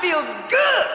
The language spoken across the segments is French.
feel good.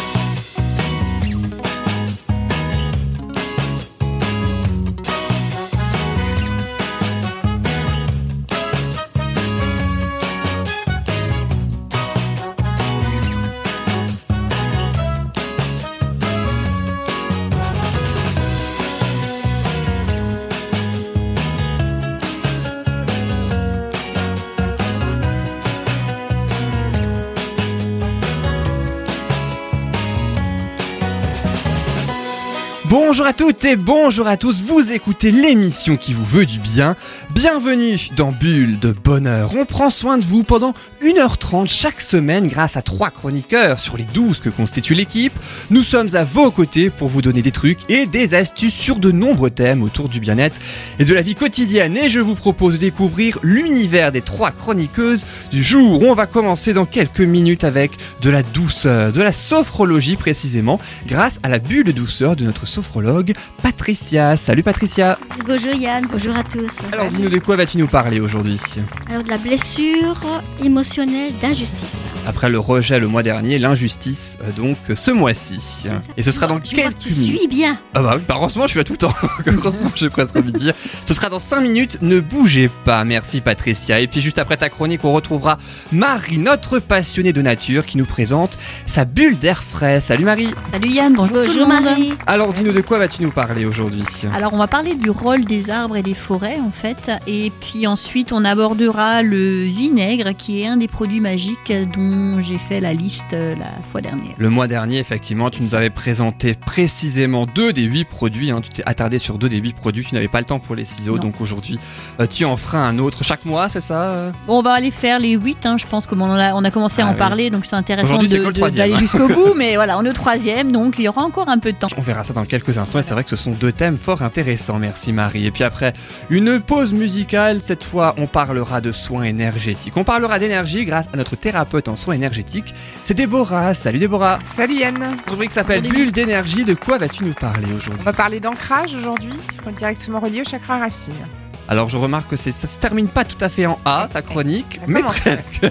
Bonjour à toutes et bonjour à tous, vous écoutez l'émission qui vous veut du bien. Bienvenue dans Bulle de Bonheur. On prend soin de vous pendant 1h30 chaque semaine grâce à 3 chroniqueurs sur les 12 que constitue l'équipe. Nous sommes à vos côtés pour vous donner des trucs et des astuces sur de nombreux thèmes autour du bien-être et de la vie quotidienne. Et je vous propose de découvrir l'univers des 3 chroniqueuses du jour. On va commencer dans quelques minutes avec de la douceur, de la sophrologie précisément, grâce à la bulle de douceur de notre sophrologue Patricia. Salut Patricia. Bonjour Yann, bonjour à tous. Alors dis-nous de quoi vas-tu nous parler aujourd'hui ? Alors de la blessure émotionnelle d'injustice. Après le rejet le mois dernier, l'injustice donc ce mois-ci. Et ce sera dans quelques tu minutes. suis bien. Ah bah oui, heureusement je suis là tout le temps. Heureusement j'ai presque envie de dire. Ce sera dans 5 minutes, ne bougez pas. Merci Patricia. Et puis juste après ta chronique, on retrouvera Marie, notre passionnée de nature, qui nous présente sa bulle d'air frais. Salut Marie. Salut Yann, bonjour tout le monde. Marie. Alors dis-nous de quoi vas-tu nous parler aujourd'hui ? Alors on va parler du rôle des arbres et des forêts en fait, et puis ensuite on abordera le vinaigre qui est un des produits magiques dont j'ai fait la liste la fois dernière. Le mois dernier, effectivement, tu nous avais présenté précisément 2 des 8 produits. Tu t'es attardé sur 2 des 8 produits. Tu n'avais pas le temps pour les ciseaux, Non. donc aujourd'hui, tu en feras un autre chaque mois, c'est ça ? Bon, on va aller faire les 8, je pense qu'on on a commencé à en parler, donc c'est intéressant Aujourd'hui, c'est que le troisième. d'aller jusqu'au bout, mais voilà, on est au 3e, donc il y aura encore un peu de temps. On verra ça dans quelques instants et c'est vrai que ce sont 2 thèmes fort intéressants, merci Marie. Et puis après, une pause musicale, cette fois on parlera de soins énergétiques. On parlera d'énergie grâce à notre thérapeute en soins énergétiques, c'est Déborah. Salut Déborah. Salut Yann. Cette rubrique s'appelle Bulle d'énergie, de quoi vas-tu nous parler On aujourd'hui ? va parler d'ancrage aujourd'hui, directement relié au chakra racine. Alors je remarque que ça se termine pas tout à fait en A, sa chronique, Ça mais commence. presque.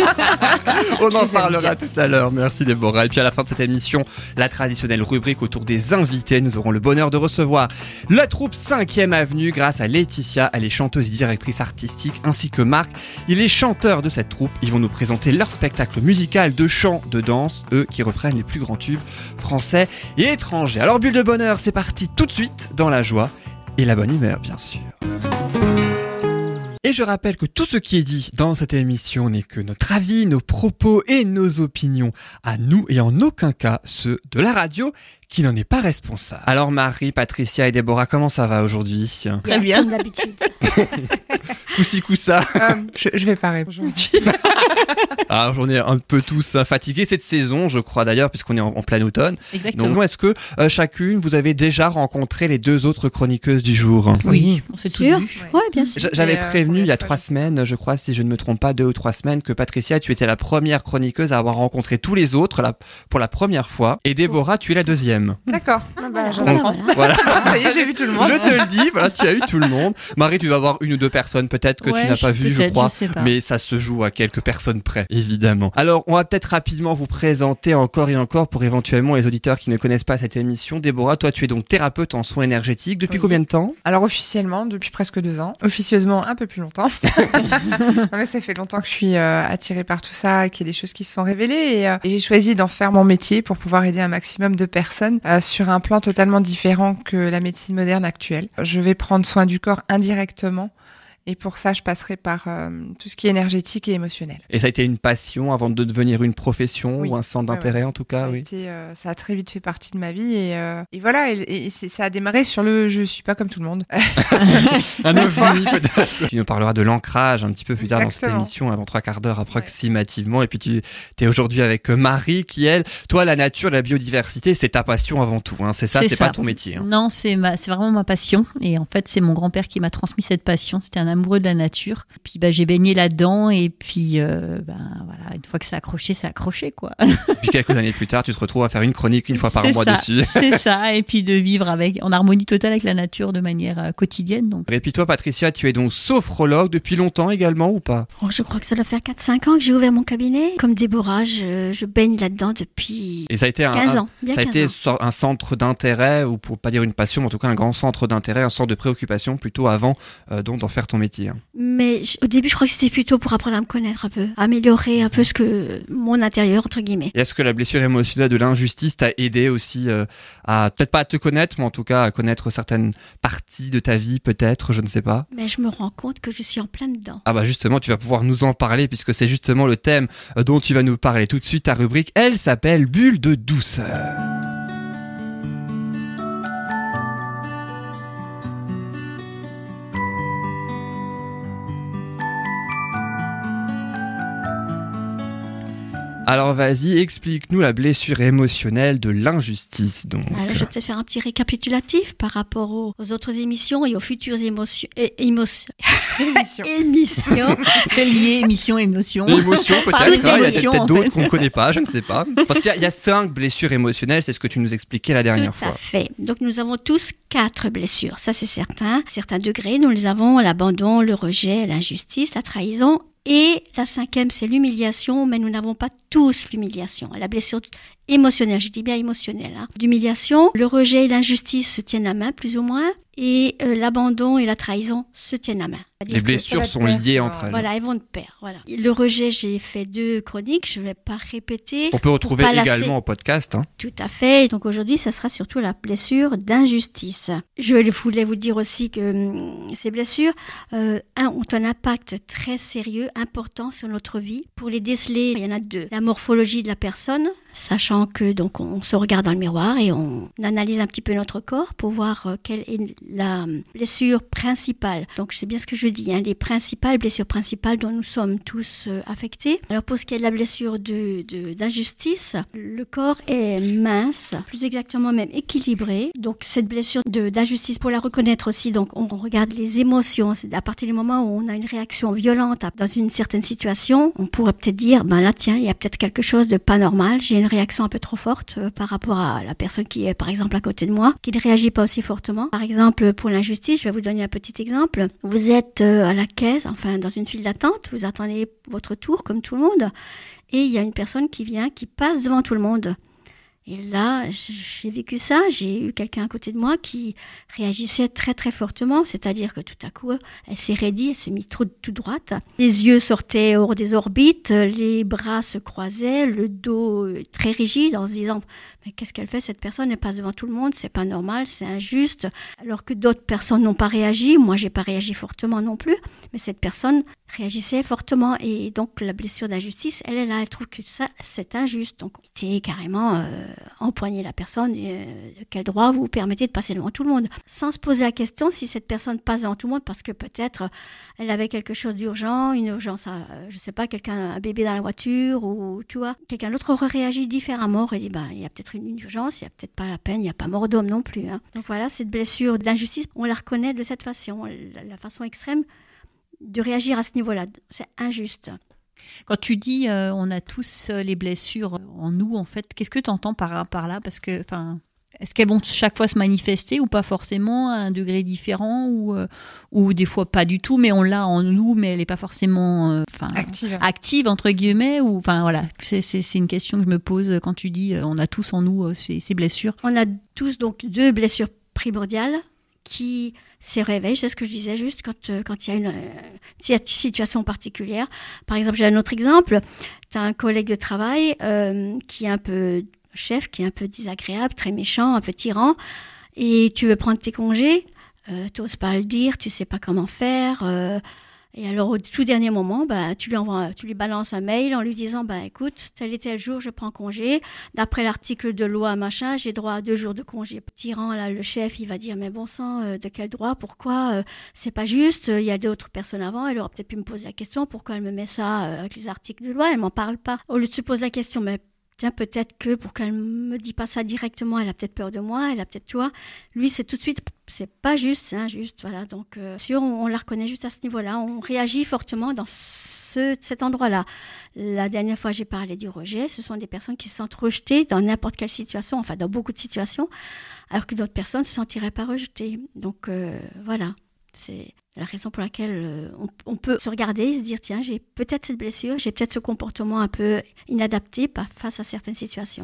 On en Je les aime parlera bien. tout à l'heure, merci Déborah. Et puis à la fin de cette émission, la traditionnelle rubrique autour des invités. Nous aurons le bonheur de recevoir la troupe 5e Avenue grâce à Laetitia. Elle est chanteuse et directrice artistique, ainsi que Marc. Il est chanteur de cette troupe. Ils vont nous présenter leur spectacle musical de chant, de danse, eux qui reprennent les plus grands tubes français et étrangers. Alors Bulle de Bonheur, c'est parti tout de suite dans la joie et la bonne humeur, bien sûr. Et je rappelle que tout ce qui est dit dans cette émission n'est que notre avis, nos propos et nos opinions à nous et en aucun cas ceux de la radio qui n'en est pas responsable. Alors Marie, Patricia et Déborah, comment ça va aujourd'hui ? Très bien. Comme d'habitude. Coussi coussa. Je vais pas répondre aujourd'hui. Alors on est un peu tous fatigués cette saison, je crois d'ailleurs, puisqu'on est en plein automne. Exactement. Donc est-ce que chacune, vous avez déjà rencontré les 2 autres chroniqueuses du jour ? Oui, on s'est tout Sûr vu. Ouais, bien sûr. J'avais Mais, prévenu il y a première 3 fois, semaines, je crois, si je ne me trompe pas, 2 ou 3 semaines, que Patricia, tu étais la première chroniqueuse à avoir rencontré tous les autres pour la première fois. Et Déborah, tu es la 2e. D'accord. Ah bah, j'en Donc, apprends. voilà, Ça y est, j'ai vu tout le monde. je te le dis, voilà, tu as eu tout le monde. Marie, tu vas avoir 1 ou 2 personnes peut-être que Ouais, tu n'as pas vu, je peut-être, crois. je sais pas. Mais ça se joue à quelques personnes près, évidemment. Alors, on va peut-être rapidement vous présenter encore et encore pour éventuellement les auditeurs qui ne connaissent pas cette émission. Déborah, toi, tu es donc thérapeute en soins énergétiques. Depuis Oui. combien de temps ? Alors officiellement, depuis presque 2 ans. Officieusement, un peu plus longtemps. Non, mais ça fait longtemps que je suis attirée par tout ça, qu'il y a des choses qui se sont révélées et j'ai choisi d'en faire mon métier pour pouvoir aider un maximum de personnes sur un plan totalement différent que la médecine moderne actuelle. Je vais prendre soin du corps indirectement. Et pour ça, je passerai par tout ce qui est énergétique et émotionnel. Et ça a été une passion avant de devenir une profession Oui. ou un centre Ouais, d'intérêt ouais. en tout cas, oui. Ça a très vite fait partie de ma vie et voilà. Et ça a démarré sur le je suis pas comme tout le monde. Un ovni peut-être. Tu nous parleras de l'ancrage un petit peu plus tard dans cette Exactement. émission, dans 3/4 d'heure approximativement. Et puis tu es aujourd'hui avec Marie qui, elle, toi, la nature, la biodiversité, c'est ta passion avant tout. Hein. C'est ça, c'est pas ton métier. Hein. Non, c'est vraiment ma passion. Et en fait, c'est mon grand-père qui m'a transmis cette passion. C'était un amoureux de la nature. Puis j'ai baigné là-dedans et puis voilà, une fois que c'est accroché quoi. Puis quelques années plus tard, tu te retrouves à faire une chronique une fois par mois dessus. C'est ça, et puis de vivre en harmonie totale avec la nature de manière quotidienne. Donc. Et puis toi, Patricia, tu es donc sophrologue depuis longtemps également ou pas? Je crois que ça doit faire 4-5 ans que j'ai ouvert mon cabinet. Comme Déborah, je baigne là-dedans depuis et ça a été 15 ans. Ça a été un centre d'intérêt, ou pour pas dire une passion, mais en tout cas un grand centre d'intérêt, un centre de préoccupation plutôt avant d'en faire ton métier. Mais au début, je crois que c'était plutôt pour apprendre à me connaître un peu, améliorer un peu mon intérieur, entre guillemets. Et est-ce que la blessure émotionnelle de l'injustice t'a aidé aussi à, peut-être pas à te connaître, mais en tout cas à connaître certaines parties de ta vie, peut-être, je ne sais pas. Mais je me rends compte que je suis en plein dedans. Ah bah justement, tu vas pouvoir nous en parler puisque c'est justement le thème dont tu vas nous parler tout de suite. Ta rubrique, elle s'appelle Bulle de douceur. Alors vas-y, explique-nous la blessure émotionnelle de l'injustice. Donc. Alors je vais peut-être faire un petit récapitulatif par rapport aux autres émissions et aux futures émissions. C'est lié, émission, émotion. Émotion peut-être, il y a peut-être d'autres fait. qu'on ne connaît pas, je ne sais pas. Parce qu'il y a 5 blessures émotionnelles, c'est ce que tu nous expliquais la dernière fois. Tout à fait. Donc nous avons tous 4 blessures, ça c'est certain. Certains degrés, nous les avons, l'abandon, le rejet, l'injustice, la trahison. Et la 5e, c'est l'humiliation, mais nous n'avons pas tous l'humiliation. La blessure émotionnelle, je dis bien émotionnelle, l'humiliation, le rejet et l'injustice se tiennent la main, plus ou moins, et l'abandon et la trahison se tiennent la main. Les blessures sont liées entre elles. Voilà, elles vont de pair. Voilà. Le rejet, j'ai fait 2 chroniques, je ne vais pas répéter. On peut retrouver également au podcast. Tout à fait. Donc aujourd'hui, ça sera surtout la blessure d'injustice. Je voulais vous dire aussi que ces blessures ont un impact très sérieux, important sur notre vie. Pour les déceler, il y en a 2. La morphologie de la personne, sachant que donc on se regarde dans le miroir et on analyse un petit peu notre corps pour voir quelle est la blessure principale. Donc c'est bien ce que je dis, les blessures principales dont nous sommes tous affectés. Alors pour ce qui est de la blessure d'injustice, le corps est mince, plus exactement même équilibré. Donc cette blessure d'injustice, pour la reconnaître aussi, donc on regarde les émotions. C'est à partir du moment où on a une réaction violente dans une certaine situation, on pourrait peut-être dire, là tiens, il y a peut-être quelque chose de pas normal, j'ai une réaction un peu trop forte par rapport à la personne qui est par exemple à côté de moi, qui ne réagit pas aussi fortement. Par exemple, pour l'injustice, je vais vous donner un petit exemple. Vous êtes à la caisse, enfin dans une file d'attente, vous attendez votre tour comme tout le monde, et il y a une personne qui passe devant tout le monde. Et là, j'ai vécu ça, j'ai eu quelqu'un à côté de moi qui réagissait très très fortement, c'est-à-dire que tout à coup, elle s'est raidie, elle s'est mise tout droite. Les yeux sortaient hors des orbites, les bras se croisaient, le dos très rigide en se disant « Mais qu'est-ce qu'elle fait cette personne? Elle passe devant tout le monde, c'est pas normal, c'est injuste. » Alors que d'autres personnes n'ont pas réagi, moi j'ai pas réagi fortement non plus, mais cette personne réagissait fortement. Et donc la blessure d'injustice, elle est là, elle trouve que ça c'est injuste. Donc c'était carrément empoigner la personne, de quel droit vous permettez de passer devant tout le monde, sans se poser la question si cette personne passe devant tout le monde parce que peut-être elle avait quelque chose d'urgent, une urgence, je sais pas, un bébé dans la voiture, ou tu vois, quelqu'un d'autre aurait réagi différemment, aurait dit il y a peut-être une urgence, il y a peut-être pas la peine, il n'y a pas mort d'homme non plus. Donc voilà, cette blessure d'injustice, on la reconnaît de cette façon, la façon extrême de réagir à ce niveau-là, c'est injuste. Quand tu dis on a tous les blessures en nous, en fait, qu'est-ce que tu entends par là? Parce que, est-ce qu'elles vont chaque fois se manifester ou pas forcément à un degré différent, ou des fois pas du tout, mais on l'a en nous, mais elle n'est pas forcément active entre guillemets, ou voilà, c'est une question que je me pose quand tu dis on a tous en nous ces blessures. On a tous donc 2 blessures primordiales qui se réveillent, c'est ce que je disais juste quand il y a une situation particulière. Par exemple, j'ai un autre exemple, tu as un collègue de travail qui est un peu chef, qui est un peu désagréable, très méchant, un peu tyran, et tu veux prendre tes congés, t'oses pas le dire, tu sais pas comment faire, et alors au tout dernier moment, tu lui balances un mail en lui disant écoute, tel et tel jour je prends congé, d'après l'article de loi machin, j'ai droit à 2 jours de congé. Tyran, là, le chef, il va dire mais bon sang, de quel droit, pourquoi, c'est pas juste, il y a d'autres personnes avant, elle aurait peut-être pu me poser la question, pourquoi elle me met ça avec les articles de loi, elle m'en parle pas. Au lieu de se poser la question, mais tiens, peut-être que pour qu'elle me dise pas ça directement, elle a peut-être peur de moi, elle a peut-être, tu vois. Lui, c'est tout de suite, c'est pas juste, c'est injuste, voilà. Donc, sûr, on la reconnaît juste à ce niveau-là. On réagit fortement dans cet endroit-là. La dernière fois, j'ai parlé du rejet. Ce sont des personnes qui se sentent rejetées dans n'importe quelle situation, enfin, dans beaucoup de situations, alors que d'autres personnes se sentiraient pas rejetées. Donc, voilà. C'est la raison pour laquelle on peut se regarder et se dire, tiens, j'ai peut-être cette blessure, j'ai peut-être ce comportement un peu inadapté face à certaines situations.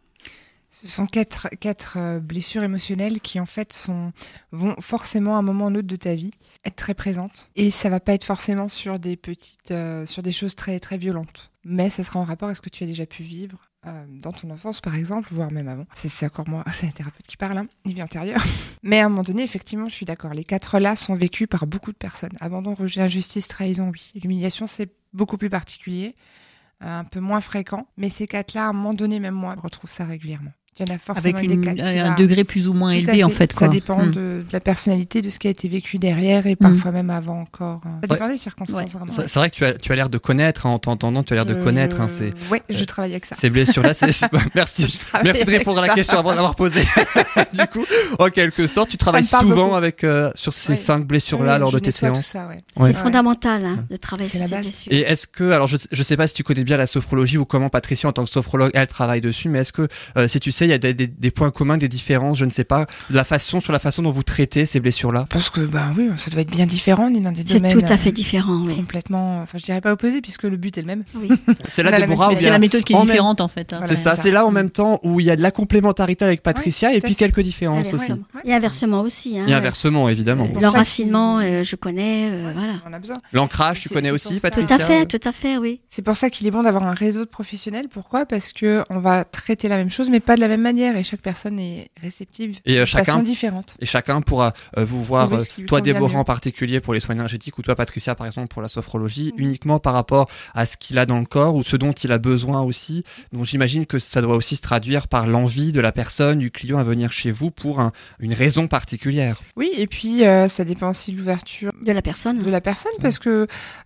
Ce sont quatre blessures émotionnelles qui en fait vont forcément à un moment ou un autre de ta vie être très présentes. Et ça va pas être forcément sur des sur des choses très très violentes. Mais ça sera en rapport avec ce que tu as déjà pu vivre dans ton enfance par exemple, voire même avant. C'est encore moi, c'est un thérapeute qui parle, une vie antérieure. Mais à un moment donné, effectivement, je suis d'accord. Les 4 là sont vécus par beaucoup de personnes. Abandon, rejet, injustice, trahison, oui. L'humiliation, c'est beaucoup plus particulier, un peu moins fréquent. Mais ces 4 là, à un moment donné, même moi, je retrouve ça régulièrement. Il y en a forcément avec des 4 un degré plus ou moins élevé en fait. Ça dépend de la personnalité, de ce qui a été vécu derrière et parfois même avant encore. Ça dépend des circonstances vraiment. C'est vrai que tu as l'air de connaître, en t'entendant, tu as l'air de connaître. Oui, je travaille avec ça. Ces blessures-là, merci de répondre à la question avant de l'avoir posée. Du coup, en quelque sorte, tu travailles souvent avec sur ces 5 blessures-là lors de tes séances. Ça, c'est fondamental de travailler sur ces blessures. Et est-ce que, alors je sais pas si tu connais bien la sophrologie ou comment Patricia en tant que sophrologue elle travaille dessus, mais est-ce que si tu sais il y a des points communs, des différences, je ne sais pas, sur la façon dont vous traitez ces blessures-là? Je pense que oui, ça doit être bien différent, dans des domaines. C'est tout à fait différent, oui. Complètement, enfin je dirais pas opposé puisque le but est le même. Oui. C'est là Déborah, c'est la méthode qui est différente en fait. C'est ça, c'est là en même temps où il y a de la complémentarité avec Patricia et puis quelques différences aussi. Et inversement aussi. Et inversement évidemment. L'enracinement, je connais, voilà. On a besoin. L'ancrage, tu connais aussi, Patricia? Tout à fait, oui. C'est pour ça qu'il est bon d'avoir un réseau de professionnels. Pourquoi ? Parce que on va traiter la même chose, mais pas de la même manière, et chaque personne est réceptive de façon différente. Et chacun pourra vous voir, toi Déborah mieux. En particulier pour les soins énergétiques, ou toi Patricia par exemple pour la sophrologie, uniquement par rapport à ce qu'il a dans le corps ou ce dont il a besoin aussi. Donc j'imagine que ça doit aussi se traduire par l'envie de la personne, du client à venir chez vous pour une raison particulière. Oui, et puis ça dépend aussi de l'ouverture de la personne. Parce que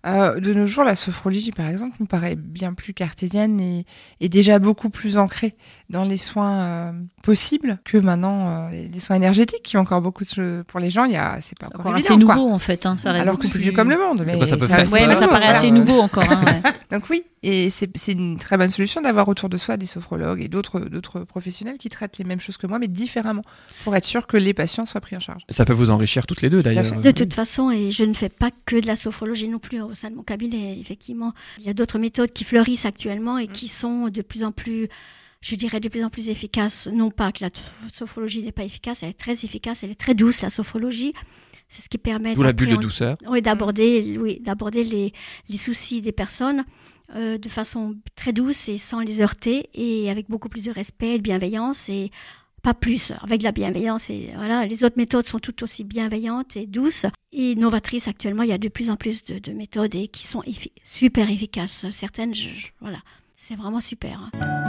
de nos jours, la sophrologie par exemple nous paraît bien plus cartésienne et déjà beaucoup plus ancrée dans les soins possibles que maintenant les soins énergétiques qui ont encore beaucoup pour les gens. C'est pas encore évident, assez nouveau en fait. Ça reste alors que c'est vieux comme le monde. Mais ça peut faire. Mais ça paraît assez nouveau encore. Donc oui, et c'est une très bonne solution d'avoir autour de soi des sophrologues et d'autres professionnels qui traitent les mêmes choses que moi, mais différemment, pour être sûr que les patients soient pris en charge. Ça peut vous enrichir toutes les deux d'ailleurs. De toute façon, et je ne fais pas que de la sophrologie non plus au sein de mon cabinet. Effectivement, il y a d'autres méthodes qui fleurissent actuellement et qui sont de plus en plus, je dirais, de plus en plus efficaces. Non pas que la sophrologie n'est pas efficace, elle est très efficace, elle est très douce, la sophrologie. C'est ce qui permet d'où la bulle de douceur. Oui, d'aborder les soucis des personnes de façon très douce et sans les heurter et avec beaucoup plus de respect et de bienveillance et pas plus, avec la bienveillance. Et voilà, les autres méthodes sont tout aussi bienveillantes et douces et novatrices. Actuellement, il y a de plus en plus de méthodes et qui sont super efficaces. Certaines, voilà, c'est vraiment super.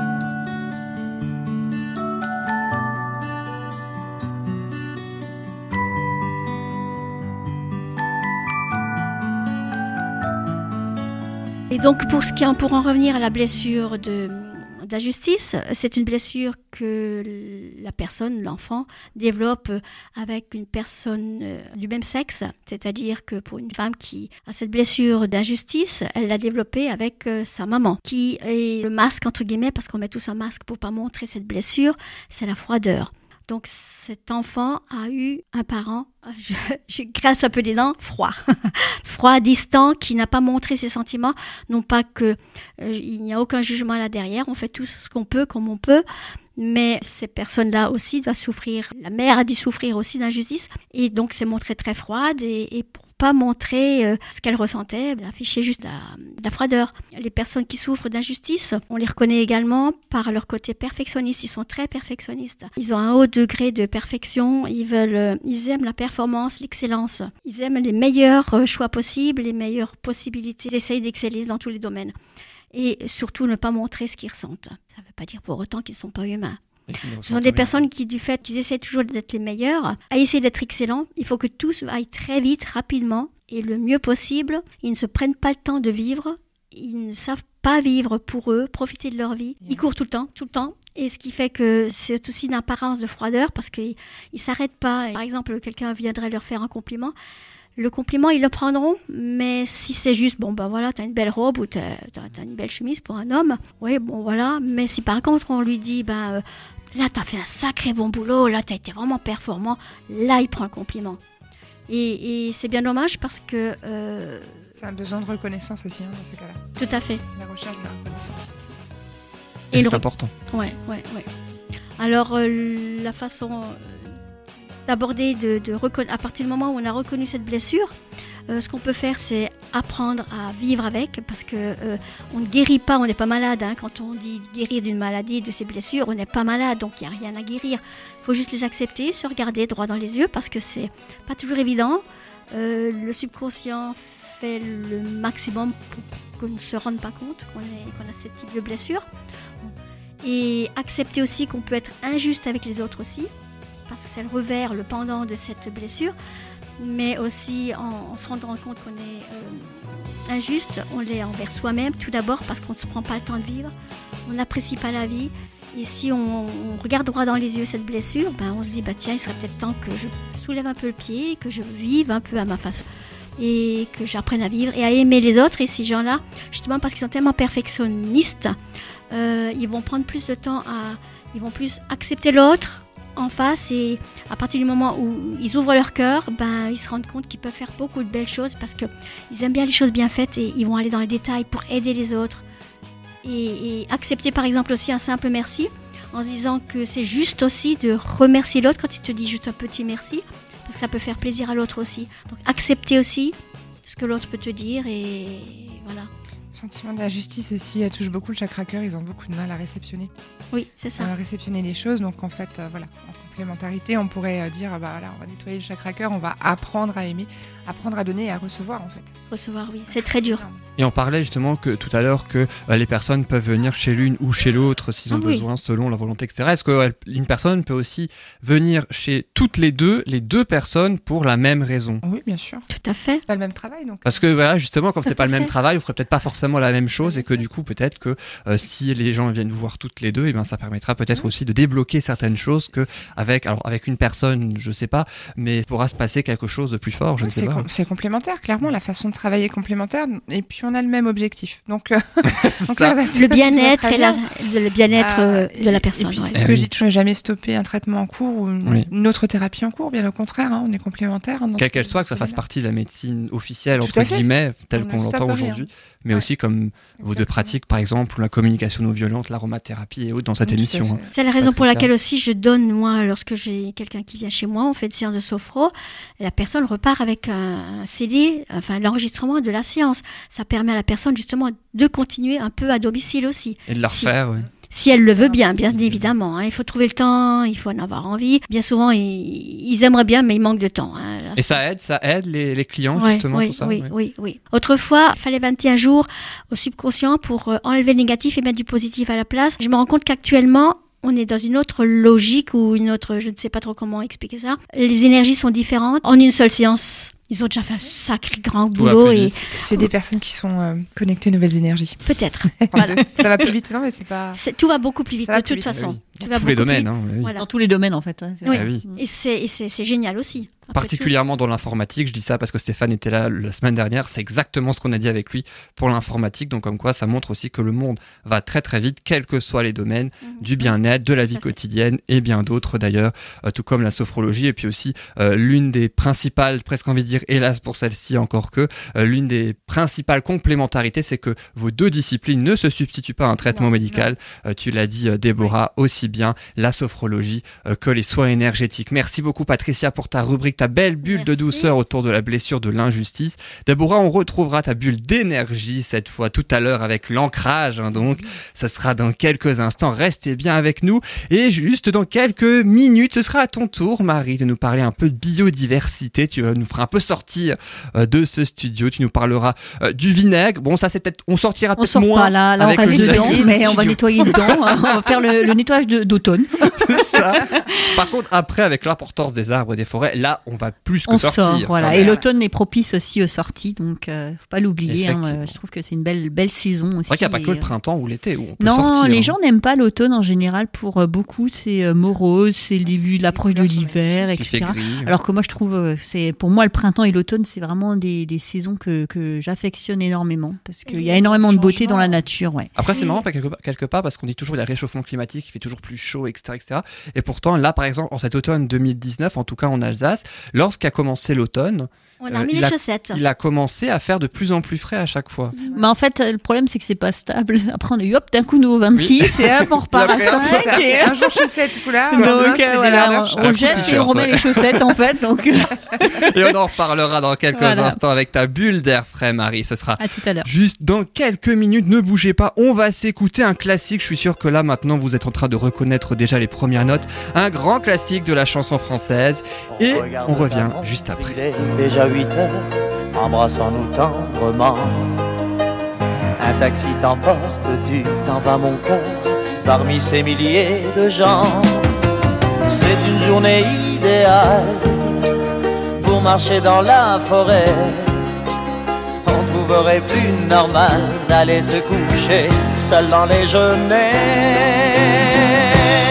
Et donc, pour en revenir à la blessure d'injustice, c'est une blessure que la personne, l'enfant, développe avec une personne du même sexe. C'est-à-dire que pour une femme qui a cette blessure d'injustice, elle l'a développée avec sa maman, qui est le masque, entre guillemets, parce qu'on met tous un masque pour pas montrer cette blessure, c'est la froideur. Donc cet enfant a eu un parent, je graisse un peu les dents, froid, distant, qui n'a pas montré ses sentiments. Non pas que il n'y a aucun jugement là derrière, on fait tout ce qu'on peut comme on peut, mais ces personnes-là aussi doivent souffrir. La mère a dû souffrir aussi d'injustice et donc s'est montrée très froide et pour pas montrer ce qu'elle ressentait, elle affichait juste la froideur. Les personnes qui souffrent d'injustice, on les reconnaît également par leur côté perfectionniste. Ils sont très perfectionnistes. Ils ont un haut degré de perfection. Ils aiment la performance, l'excellence. Ils aiment les meilleurs choix possibles, les meilleures possibilités. Ils essayent d'exceller dans tous les domaines. Et surtout, ne pas montrer ce qu'ils ressentent. Ça ne veut pas dire pour autant qu'ils ne sont pas humains. Ce sont des personnes qui, du fait qu'ils essaient toujours d'être les meilleurs, à essayer d'être excellents, il faut que tout aille très vite, rapidement, et le mieux possible. Ils ne se prennent pas le temps de vivre, ils ne savent pas vivre pour eux, profiter de leur vie. Ils courent tout le temps. Et ce qui fait que c'est aussi une apparence de froideur parce qu'ils ne s'arrêtent pas. Par exemple, quelqu'un viendrait leur faire un compliment. Le compliment, ils le prendront, mais si c'est juste, t'as une belle robe ou t'as une belle chemise pour un homme, oui, voilà. Mais si par contre on lui dit, là, t'as fait un sacré bon boulot, là, t'as été vraiment performant, là, il prend le compliment. Et c'est bien dommage parce que... c'est un besoin de reconnaissance aussi, dans ces cas-là. Tout à fait. C'est la recherche de la reconnaissance. Et c'est important. Ouais. Alors, la façon d'aborder, à partir du moment où on a reconnu cette blessure, ce qu'on peut faire, c'est apprendre à vivre avec, parce que on ne guérit pas, on n'est pas malade. Hein. Quand on dit guérir d'une maladie, de ses blessures, on n'est pas malade, donc il n'y a rien à guérir. Il faut juste les accepter, se regarder droit dans les yeux, parce que c'est pas toujours évident. Le subconscient fait le maximum pour qu'on ne se rende pas compte qu'on a ce type de blessure. Et accepter aussi qu'on peut être injuste avec les autres aussi, parce que c'est le revers, le pendant de cette blessure, mais aussi en se rendant compte qu'on est injuste, on l'est envers soi-même, tout d'abord parce qu'on ne se prend pas le temps de vivre, on n'apprécie pas la vie, et si on regarde droit dans les yeux cette blessure, on se dit, tiens, il serait peut-être temps que je soulève un peu le pied, que je vive un peu à ma façon, et que j'apprenne à vivre et à aimer les autres. Et ces gens-là, justement parce qu'ils sont tellement perfectionnistes, ils vont prendre plus de temps ils vont plus accepter l'autre en face, et à partir du moment où ils ouvrent leur cœur, ils se rendent compte qu'ils peuvent faire beaucoup de belles choses parce qu'ils aiment bien les choses bien faites et ils vont aller dans les détails pour aider les autres. Et accepter par exemple aussi un simple merci en se disant que c'est juste aussi de remercier l'autre quand il te dit juste un petit merci, parce que ça peut faire plaisir à l'autre aussi. Donc accepter aussi ce que l'autre peut te dire, et voilà. Le sentiment d'injustice aussi touche beaucoup le chakra cœur, ils ont beaucoup de mal à réceptionner. Oui, c'est ça. Réceptionner les choses, donc en fait, en complémentarité, on pourrait dire, on va nettoyer le chakra cœur, on va apprendre à aimer, apprendre à donner et à recevoir en fait. Recevoir, oui, c'est très dur. Et on parlait justement tout à l'heure que les personnes peuvent venir chez l'une ou chez l'autre s'ils ont besoin, selon leur volonté, etc. Est-ce qu'une personne peut aussi venir chez toutes les deux personnes pour la même raison? Oui, bien sûr. Tout à fait. C'est pas le même travail, donc. Parce que voilà, justement, comme c'est pas le même travail, on ferait peut-être pas forcément la même chose, et que du coup, peut-être que si les gens viennent vous voir toutes les deux, ça permettra peut-être aussi de débloquer certaines choses que avec une personne, je sais pas, mais il pourra se passer quelque chose de plus fort, je ne sais pas. C'est complémentaire, clairement, la façon de travailler est complémentaire, et puis on a le même objectif. Donc, le bien-être et le bien-être de la personne. Et puis c'est ce que je dis, je ne jamais stopper un traitement en cours ou une autre thérapie en cours, bien au contraire, on est complémentaires. Quelle qu'elle soit, que ça fasse partie de la médecine officielle, entre guillemets, telle qu'on l'entend aujourd'hui, mais aussi comme vos deux pratiques, par exemple, la communication non violente, l'aromathérapie et autres dans cette émission. C'est la raison pour laquelle aussi je donne, moi, lorsque j'ai quelqu'un qui vient chez moi, on fait une séance de sophro, la personne repart avec un CD, l'enregistrement de la séance. Ça permet à la personne justement de continuer un peu à domicile aussi. Et de la refaire, oui. Si elle le veut bien évidemment. Il faut trouver le temps, il faut en avoir envie. Bien souvent, ils aimeraient bien, mais il manque de temps. Et ça aide les clients, justement, pour ça. Oui. Autrefois, il fallait 21 jours au subconscient pour enlever le négatif et mettre du positif à la place. Je me rends compte qu'actuellement, on est dans une autre logique ou une autre, je ne sais pas trop comment expliquer ça. Les énergies sont différentes. En une seule séance, ils ont déjà fait un sacré grand boulot. Et c'est des personnes qui sont connectées aux nouvelles énergies. Peut-être. Voilà. Ça va plus vite, non, mais c'est pas. Tout va beaucoup plus vite, de toute façon. Oui. Dans tous les domaines. Voilà. Dans tous les domaines, en fait. Oui. Et c'est génial aussi. Particulièrement dans l'informatique, je dis ça parce que Stéphane était là la semaine dernière, c'est exactement ce qu'on a dit avec lui pour l'informatique, donc comme quoi ça montre aussi que le monde va très très vite, quels que soient les domaines, du bien-être, de la vie quotidienne et bien d'autres d'ailleurs, tout comme la sophrologie, et puis aussi l'une des principales, presque envie de dire hélas pour celle-ci encore que, l'une des principales complémentarités, c'est que vos deux disciplines ne se substituent pas à un traitement médical, tu l'as dit Déborah, aussi bien la sophrologie que les soins énergétiques. Merci beaucoup Patricia pour ta rubrique, ta belle bulle de douceur autour de la blessure de l'injustice. Déborah, on retrouvera ta bulle d'énergie cette fois tout à l'heure avec l'ancrage, donc ça sera dans quelques instants, restez bien avec nous, et juste dans quelques minutes, ce sera à ton tour Marie de nous parler un peu de biodiversité, tu nous feras un peu sortir de ce studio, tu nous parleras du vinaigre, bon ça c'est peut-être, on sortira peut-être moins. On sort pas là on reste dedans, mais on va nettoyer dedans, on va faire le nettoyage d'automne. C'est ça. Par contre après, avec l'importance des arbres et des forêts, là on va plus que On sortir. sort, voilà. quand Et même. l'automne est propice aussi aux sorties, donc faut pas l'oublier. Effectivement. Je trouve que c'est une belle saison aussi. C'est vrai qu'il n'y a pas que Et, le printemps ou l'été où on peut non, sortir. les gens n'aiment pas l'automne en général pour beaucoup. C'est morose, c'est le début de l'approche de l'hiver, Il fait etc. gris. Alors que moi, je trouve, pour moi, le printemps et l'automne, c'est vraiment des saisons que j'affectionne énormément parce qu'il y a énormément de beauté dans la nature. Ouais. Après, c'est marrant quelque part parce qu'on dit toujours qu'il y a le réchauffement climatique, il fait toujours plus chaud, etc., etc. Et pourtant, là, par exemple, en cet automne 2019, en tout cas en Alsace, lorsqu'a commencé l'automne, On a mis les chaussettes. il a commencé à faire de plus en plus frais à chaque fois. Mais en fait, le problème, c'est que c'est pas stable. Après, on a eu hop, d'un coup, nous au 26, et hop, on repart à Après, 5. C'est ça, c'est un jour chaussettes foulard, Donc c'est voilà, Un on coup jette et t-shirt, on remet ouais. les chaussettes en fait. Donc Et on en reparlera dans quelques Voilà. instants avec ta bulle d'air frais, Marie. Ce sera à tout à l'heure. juste dans quelques minutes. Ne bougez pas, on va s'écouter un classique. Je suis sûr que là, maintenant, vous êtes en train de reconnaître déjà les premières notes. Un grand classique de la chanson française. Et on revient juste après. Il est déjà 8 heures, embrassons-nous tendrement. Un taxi t'emporte, tu t'en vas mon cœur, parmi ces milliers de gens. C'est une journée idéale pour marcher dans la forêt. On trouverait plus normal d'aller se coucher seul dans les genêts.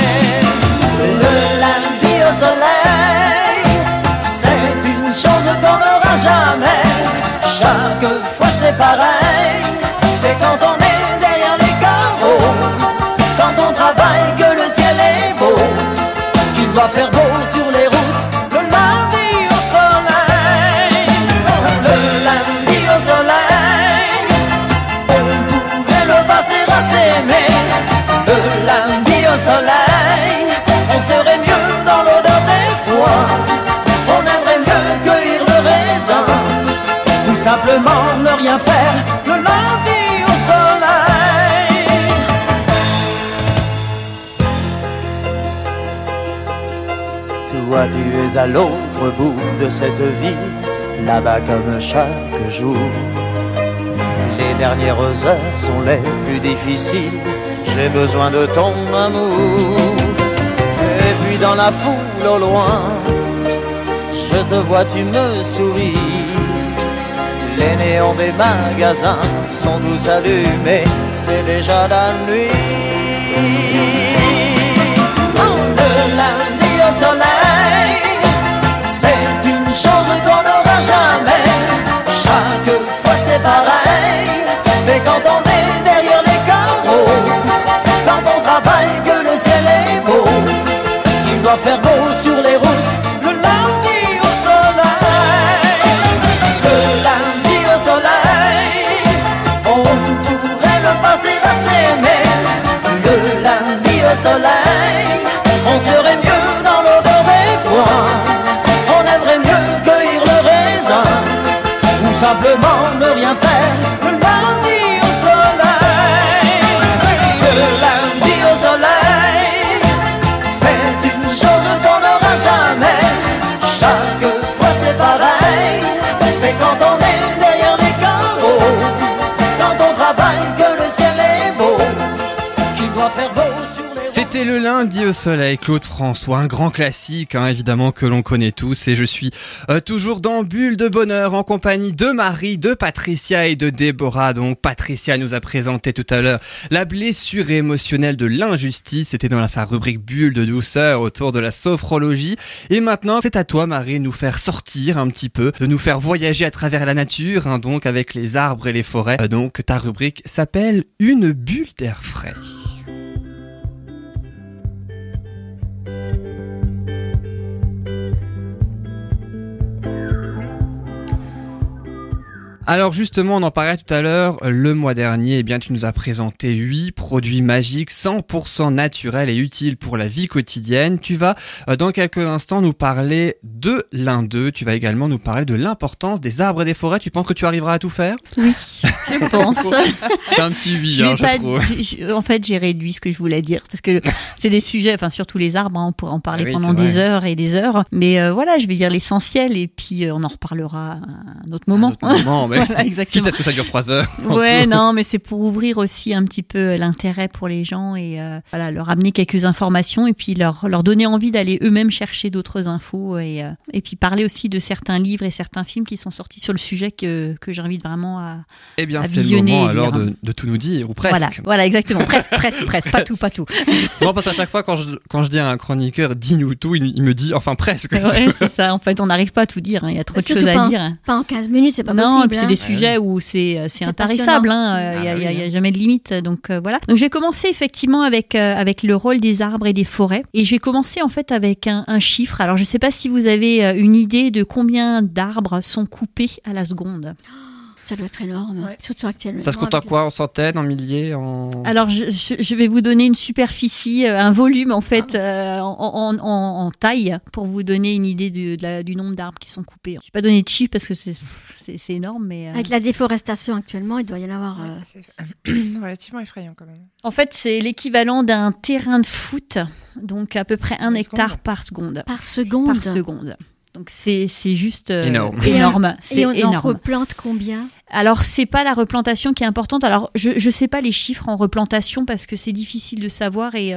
Le lundi au soleil, c'est une chose qu'on n'aura jamais. Chaque fois c'est pareil, c'est quand on est derrière les carreaux, quand on travaille que le ciel est beau, qu'il doit faire beau sur les routes. Le lundi au soleil, le lundi au soleil, on pourrait le passer à s'aimer. Le lundi au soleil, on serait mieux dans l'odeur des foins, on aimerait mieux cueillir le raisin, ou simplement ne rien faire. Le lundi au soleil. Toi tu es à l'autre bout de cette vie, là-bas comme chaque jour. Les dernières heures sont les plus difficiles, j'ai besoin de ton amour. Et puis dans la foule au loin, je te vois, tu me souris. Les néons des magasins sont tous allumés, c'est déjà la nuit. Oh, le lundi au soleil, c'est une chose qu'on n'aura jamais. Chaque fois c'est pareil, c'est quand on est derrière les carreaux, quand on travaille que le ciel est beau, qu'il doit faire beau sur les routes. Le lundi au soleil, le lundi au soleil, on pourrait le passer à s'aimer. Le lundi au soleil, on serait mieux dans l'odeur des foins, on aimerait mieux cueillir le raisin, ou simplement ne rien faire. Le lundi au soleil, le lundi au soleil, c'est une chose qu'on n'aura jamais. Chaque fois c'est pareil, c'est quand on est derrière les carreaux, quand on travaille que le ciel est beau, qu'il doit faire beau sur les routes. C'était le lundi au soleil, Claude François, un grand classique, évidemment que l'on connaît tous. Et je suis toujours dans Bulle de Bonheur en compagnie de Marie, de Patricia et de Déborah. Donc Patricia nous a présenté tout à l'heure la blessure émotionnelle de l'injustice. C'était dans sa rubrique Bulle de douceur autour de la sophrologie. Et maintenant, c'est à toi Marie de nous faire sortir un petit peu, de nous faire voyager à travers la nature, donc avec les arbres et les forêts. Donc ta rubrique s'appelle Une bulle d'air frais. Alors justement, on en parlait tout à l'heure, le mois dernier, eh bien, tu nous as présenté 8 produits magiques 100% naturels et utiles pour la vie quotidienne. Tu vas, dans quelques instants, nous parler de l'un d'eux. Tu vas également nous parler de l'importance des arbres et des forêts. Tu penses que tu arriveras à tout faire? Oui, je pense. C'est un petit oui, Je vais je pas- trouve. en fait, j'ai réduit ce que je voulais dire parce que c'est des sujets, enfin surtout les arbres, on pourrait en parler Ah oui, pendant c'est des vrai. heures et des heures. Mais voilà, je vais dire l'essentiel et puis on en reparlera à un autre À un moment. autre moment. mais Voilà, exactement. quitte à ce que ça dure 3 heures. en Ouais, tout. non, mais c'est pour ouvrir aussi un petit peu l'intérêt pour les gens et voilà, leur amener quelques informations et puis leur donner envie d'aller eux-mêmes chercher d'autres infos et puis parler aussi de certains livres et certains films qui sont sortis sur le sujet que j'invite vraiment à Eh bien, à c'est le visionner moment et alors lire. de tout nous dire, ou presque. Voilà, exactement. Presque. Pas tout. C'est vraiment parce qu'à chaque fois, quand je dis à un chroniqueur, dis-nous tout, il me dit, enfin presque. Ouais, c'est ça. En fait, on n'arrive pas à tout dire. Il y a trop de Surtout choses pas à en- dire. Pas en 15 minutes, c'est pas Non, et possible. puis c'est hein. des sujets où c'est intarissable. passionnant. Il y a jamais de limite. Donc voilà. Donc je vais commencer effectivement avec le rôle des arbres et des forêts. Et je vais commencer en fait avec un chiffre. Alors je sais pas si vous avez une idée de combien d'arbres sont coupés à la seconde. Ça doit être énorme, Ouais. surtout actuellement. Ça se compte en avec quoi? En centaines, en milliers, en... Alors je vais vous donner une superficie, un volume en fait en taille pour vous donner une idée du nombre d'arbres qui sont coupés. Je vais pas donner de chiffres parce que c'est énorme, mais Avec la déforestation actuellement, il doit y en avoir. C'est relativement effrayant quand même. en fait c'est l'équivalent d'un terrain de foot, donc à peu près 1 Par hectare seconde. par seconde. Par seconde. Par seconde. Donc c'est juste Énorme. énorme. C'est Et on en énorme. replante combien? Alors c'est pas la replantation qui est importante. Alors je sais pas les chiffres en replantation parce que c'est difficile de savoir et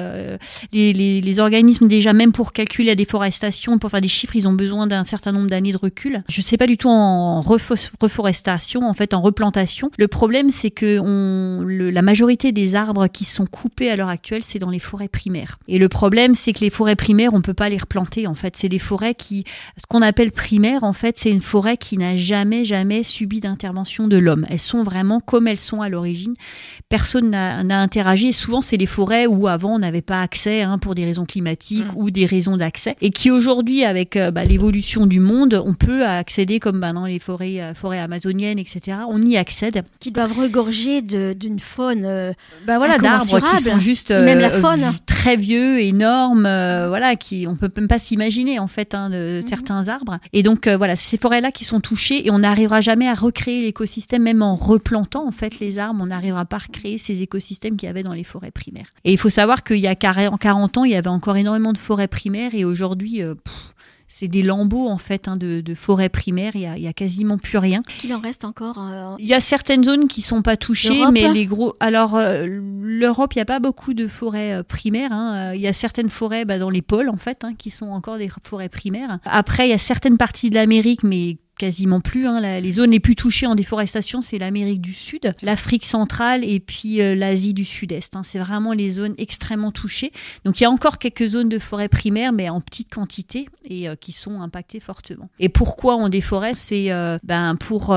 les organismes déjà même pour calculer la déforestation, pour faire des chiffres, ils ont besoin d'un certain nombre d'années de recul. Je sais pas du tout en reforestation, en fait en replantation. Le problème c'est que la majorité des arbres qui sont coupés à l'heure actuelle c'est dans les forêts primaires. Et le problème c'est que les forêts primaires on peut pas les replanter en fait. C'est des forêts ce qu'on appelle primaires en fait c'est une forêt qui n'a jamais subi d'intervention de l'homme. Elles sont vraiment comme elles sont à l'origine. Personne n'a interagi et souvent c'est des forêts où avant on n'avait pas accès pour des raisons climatiques ou des raisons d'accès et qui aujourd'hui avec l'évolution du monde on peut accéder comme dans les forêts amazoniennes etc. On y accède. Qui doivent regorger d'une faune. D'arbres qui incommensurable. sont juste Même la faune. très vieux, énormes, qui on peut même pas s'imaginer en fait de certains arbres. Et donc ces forêts-là qui sont touchées et on n'arrivera jamais à recréer l'écosystème même en replantant en fait les arbres, on n'arrivera pas à recréer ces écosystèmes qu'il y avait dans les forêts primaires. Et il faut savoir qu'il y a 40 ans, il y avait encore énormément de forêts primaires et aujourd'hui c'est des lambeaux en fait de forêts primaires, il y a quasiment plus rien. Est-ce qu'il en reste encore Il y a certaines zones qui sont pas touchées, L'Europe? mais les gros. Alors l'Europe, il y a pas beaucoup de forêts primaires. Il y a certaines forêts dans les pôles en fait, qui sont encore des forêts primaires. Après, il y a certaines parties de l'Amérique, mais quasiment plus. Les zones les plus touchées en déforestation, c'est l'Amérique du Sud, l'Afrique centrale et puis l'Asie du Sud-Est. C'est vraiment les zones extrêmement touchées. Donc il y a encore quelques zones de forêt primaire, mais en petite quantité et qui sont impactées fortement. Et pourquoi on déforeste? C'est pour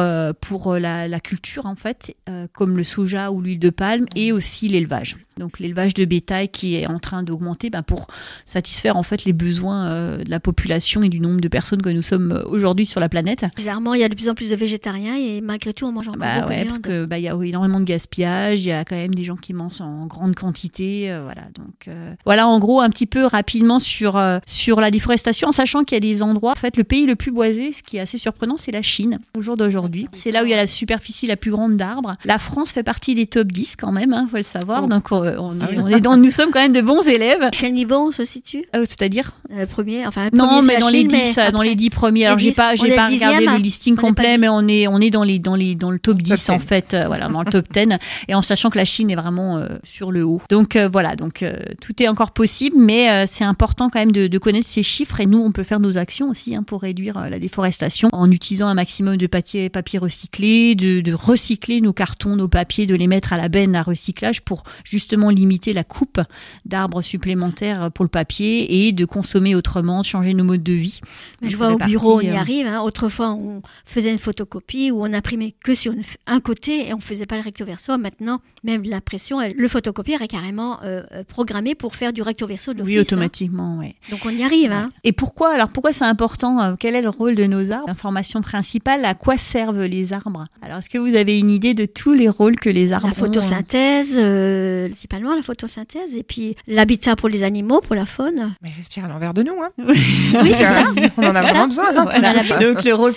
la culture en fait, comme le soja ou l'huile de palme et aussi l'élevage. Donc l'élevage de bétail qui est en train d'augmenter pour satisfaire en fait les besoins de la population et du nombre de personnes que nous sommes aujourd'hui sur la planète. Bizarrement, il y a de plus en plus de végétariens et malgré tout, on mange encore beaucoup de viande. Parce que il y a énormément de gaspillage, il y a quand même des gens qui mangent en grande quantité, voilà en gros un petit peu rapidement sur la déforestation, en sachant qu'il y a des endroits, en fait le pays le plus boisé, ce qui est assez surprenant, c'est la Chine au jour d'aujourd'hui. C'est là où il y a la superficie la plus grande d'arbres. La France fait partie des top 10 quand même, faut le savoir. Donc nous sommes quand même de bons élèves. À quel niveau on se situe? C'est-à-dire Premier, non, premier, mais c'est la dans Chine, les 10, mais dans les 10 premiers. les Alors j'ai 10, pas on est le regardé 10e, le listing on est complet, pas mais on est dans le top 10 en fait, dans le top 10, et en sachant que la Chine est vraiment sur le haut. Donc tout est encore possible, mais c'est important quand même de connaître ces chiffres. Et nous, on peut faire nos actions aussi pour réduire la déforestation en utilisant un maximum de papier recyclé, de recycler nos cartons, nos papiers, de les mettre à la benne à recyclage pour justement limiter la coupe d'arbres supplémentaires pour le papier et de consommer autrement, de changer nos modes de vie. Mais Donc, je vois ça au fait bureau, on partie, y arrive. Autrefois, on faisait une photocopie où on imprimait que sur un côté et on faisait pas le recto verso. Maintenant, même l'impression, le photocopieur est carrément programmé pour faire du recto verso d'office. Oui, automatiquement, ouais. Donc on y arrive. Et pourquoi c'est important? Quel est le rôle de nos arbres? L'information principale, à quoi servent les arbres? Alors, est-ce que vous avez une idée de tous les rôles que les arbres ont? La photosynthèse, principalement la photosynthèse, et puis l'habitat pour les animaux, pour la faune. Mais ils respirent à l'envers de nous. Oui, c'est ça. On en a vraiment besoin. Voilà. Donc le rôle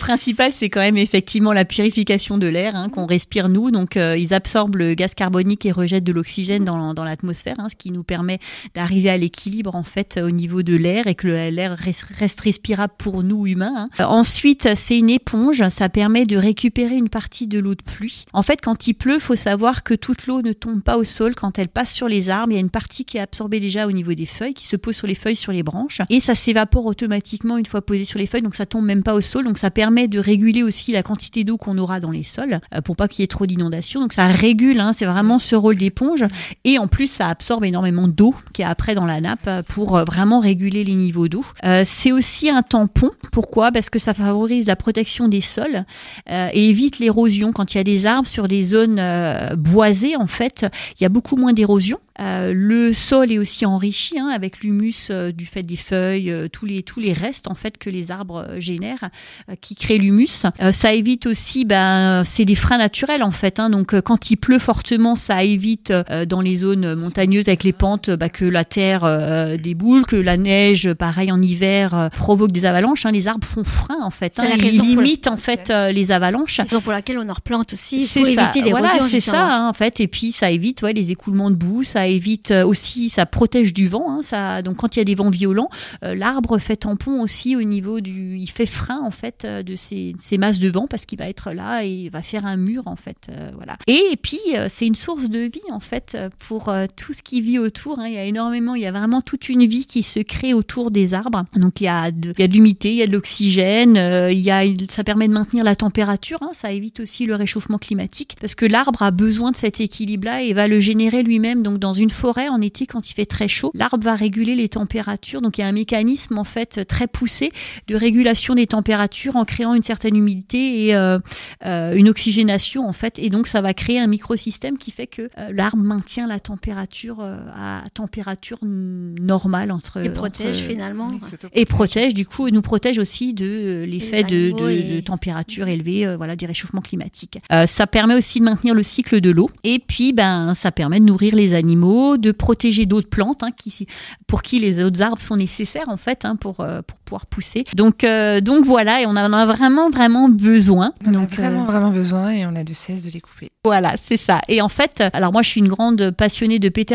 principal, c'est quand même effectivement la purification de l'air qu'on respire nous. Donc, ils absorbent le gaz carbonique et rejettent de l'oxygène dans l'atmosphère, ce qui nous permet d'arriver à l'équilibre en fait au niveau de l'air et que l'air reste respirable pour nous humains. Ensuite, c'est une éponge. Ça permet de récupérer une partie de l'eau de pluie. En fait, quand il pleut, faut savoir que toute l'eau ne tombe pas au sol. Quand elle passe sur les arbres, il y a une partie qui est absorbée déjà au niveau des feuilles, qui se pose sur les feuilles, sur les branches, et ça s'évapore automatiquement une fois posé sur les feuilles. Donc ça tombe même pas au sol. Donc ça permet de réguler aussi la quantité d'eau qu'on aura dans les sols pour pas qu'il y ait trop d'inondations. Donc ça régule. C'est vraiment ce rôle d'éponge. Et en plus, ça absorbe énormément d'eau qui est après dans la nappe pour vraiment réguler les niveaux d'eau. C'est aussi un tampon. Pourquoi ? Parce que ça favorise la protection des sols et évite l'érosion. Quand il y a des arbres sur des zones boisées, en fait, il y a beaucoup moins d'érosion. Le sol est aussi enrichi avec l'humus du fait des feuilles, tous les restes en fait que les arbres génèrent qui créent l'humus. Ça évite aussi, c'est des freins naturels en fait. Donc quand il pleut fortement, ça évite dans les zones montagneuses avec les pentes que la terre déboule, que la neige, pareil en hiver, provoque des avalanches. Les arbres font frein en fait. Ils limitent en fait les avalanches. Raison pour laquelle on en replante aussi c'est pour ça. éviter l'érosion. Voilà, c'est ça en fait. Et puis ça évite les écoulements de boue. Ça évite aussi, ça protège du vent. Donc quand il y a des vents violents, l'arbre fait tampon aussi au niveau il fait frein en fait de ces masses de vent parce qu'il va être là et il va faire un mur en fait. Voilà. Et puis c'est une source de vie en fait pour tout ce qui vit autour. Il y a vraiment toute une vie qui se crée autour des arbres. Donc il y a de l'humidité, il y a de l'oxygène, ça permet de maintenir la température. Ça évite aussi le réchauffement climatique parce que l'arbre a besoin de cet équilibre-là et va le générer lui-même. Donc dans une forêt en été quand il fait très chaud, l'arbre va réguler les températures. Donc il y a un mécanisme en fait très poussé de régulation des températures en créant une certaine humidité et une oxygénation en fait. Et donc ça va créer un microsystème qui fait que l'arbre maintient la température à température normale et protège finalement. Et protège du coup, nous protège aussi de l'effet de température élevée, du réchauffement climatique. Ça permet aussi de maintenir le cycle de l'eau. Et puis ça permet de nourrir les animaux, de protéger d'autres plantes pour qui les autres arbres sont nécessaires en fait pour pouvoir pousser. Donc voilà, et on en a vraiment vraiment besoin. On a vraiment besoin et on a de cesse de les couper. Voilà, c'est ça. Et en fait, alors moi je suis une grande passionnée de Peter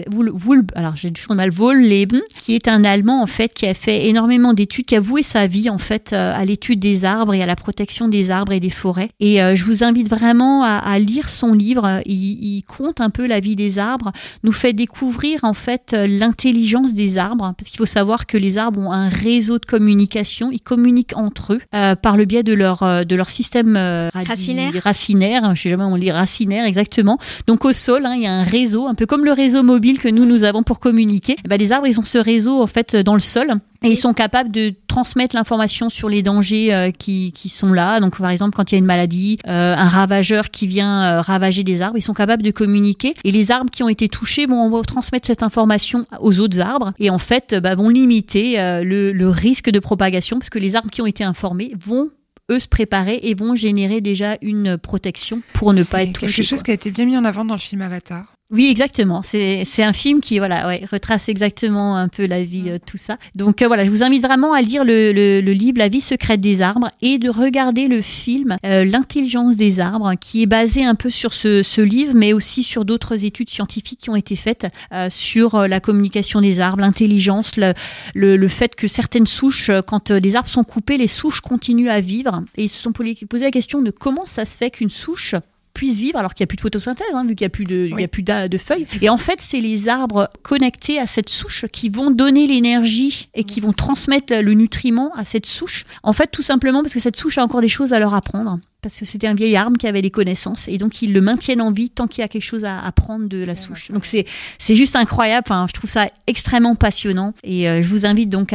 Wohlleben, qui est un Allemand en fait qui a fait énormément d'études, qui a voué sa vie en fait à l'étude des arbres et à la protection des arbres et des forêts. Et je vous invite vraiment à lire son livre. Il compte un peu la vie des arbres, nous fait découvrir en fait l'intelligence des arbres, parce qu'il faut savoir que les arbres ont un réseau de communication. Ils communiquent entre eux par le biais de leur système racinaire. Je sais jamais on lit racinaire exactement. Donc au sol, il y a un réseau, un peu comme le réseau mobile que nous avons pour communiquer. Les arbres, ils ont ce réseau en fait dans le sol. Et ils sont capables de transmettre l'information sur les dangers qui sont là. Donc, par exemple, quand il y a une maladie, un ravageur qui vient ravager des arbres, ils sont capables de communiquer. Et les arbres qui ont été touchés vont transmettre cette information aux autres arbres et en fait vont limiter le risque de propagation, parce que les arbres qui ont été informés vont eux se préparer et vont générer déjà une protection pour ne pas être touchés. C'est quelque chose qui a été bien mis en avant dans le film Avatar. Oui, exactement. C'est un film qui retrace exactement un peu la vie, tout ça. Donc je vous invite vraiment à lire le livre La vie secrète des arbres et de regarder le film L'intelligence des arbres, qui est basé un peu sur ce livre, mais aussi sur d'autres études scientifiques qui ont été faites sur la communication des arbres, l'intelligence, le fait que certaines souches, quand les arbres sont coupés, les souches continuent à vivre. Et ils se sont posé la question de comment ça se fait qu'une souche puisse vivre alors qu'il n'y a plus de photosynthèse, vu qu'il n'y a plus de feuilles. Et en fait, c'est les arbres connectés à cette souche qui vont donner l'énergie et qui vont transmettre le nutriment à cette souche. En fait, tout simplement parce que cette souche a encore des choses à leur apprendre. Parce que c'était un vieil arbre qui avait les connaissances et donc ils le maintiennent en vie tant qu'il y a quelque chose à apprendre de la souche. Donc c'est juste incroyable. Je trouve ça extrêmement passionnant et je vous invite donc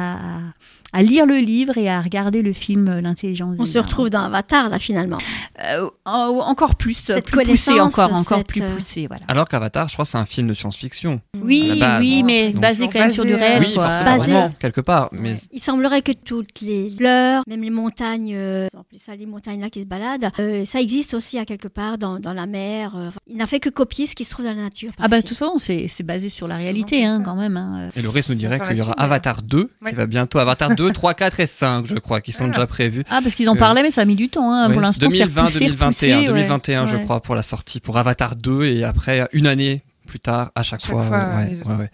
à lire le livre et à regarder le film L'intelligence des arbres. On se retrouve dans Avatar là finalement. Encore plus poussé, plus poussé. Voilà. Alors qu'Avatar, je crois, c'est un film de science-fiction. Oui, mais basé quand même sur du réel. Oui, forcément, vraiment, quelque part. Mais il semblerait que toutes les fleurs, même les montagnes, les montagnes là qui se baladent, ça existe aussi à quelque part dans la mer. Il n'a fait que copier ce qui se trouve dans la nature. De toute façon, c'est basé sur la réalité quand même. Et Loris nous dirait qu'il y aura Avatar 2, qui va bientôt, Avatar 2 2, 3, 4 et 5, je crois, qui sont déjà prévus. Ah, parce qu'ils en parlaient, mais ça a mis du temps. Hein. Ouais, pour l'instant, 2020, c'est 2021, je ouais. crois, pour la sortie, pour Avatar 2, et après, une année plus tard, à chaque fois. Ouais.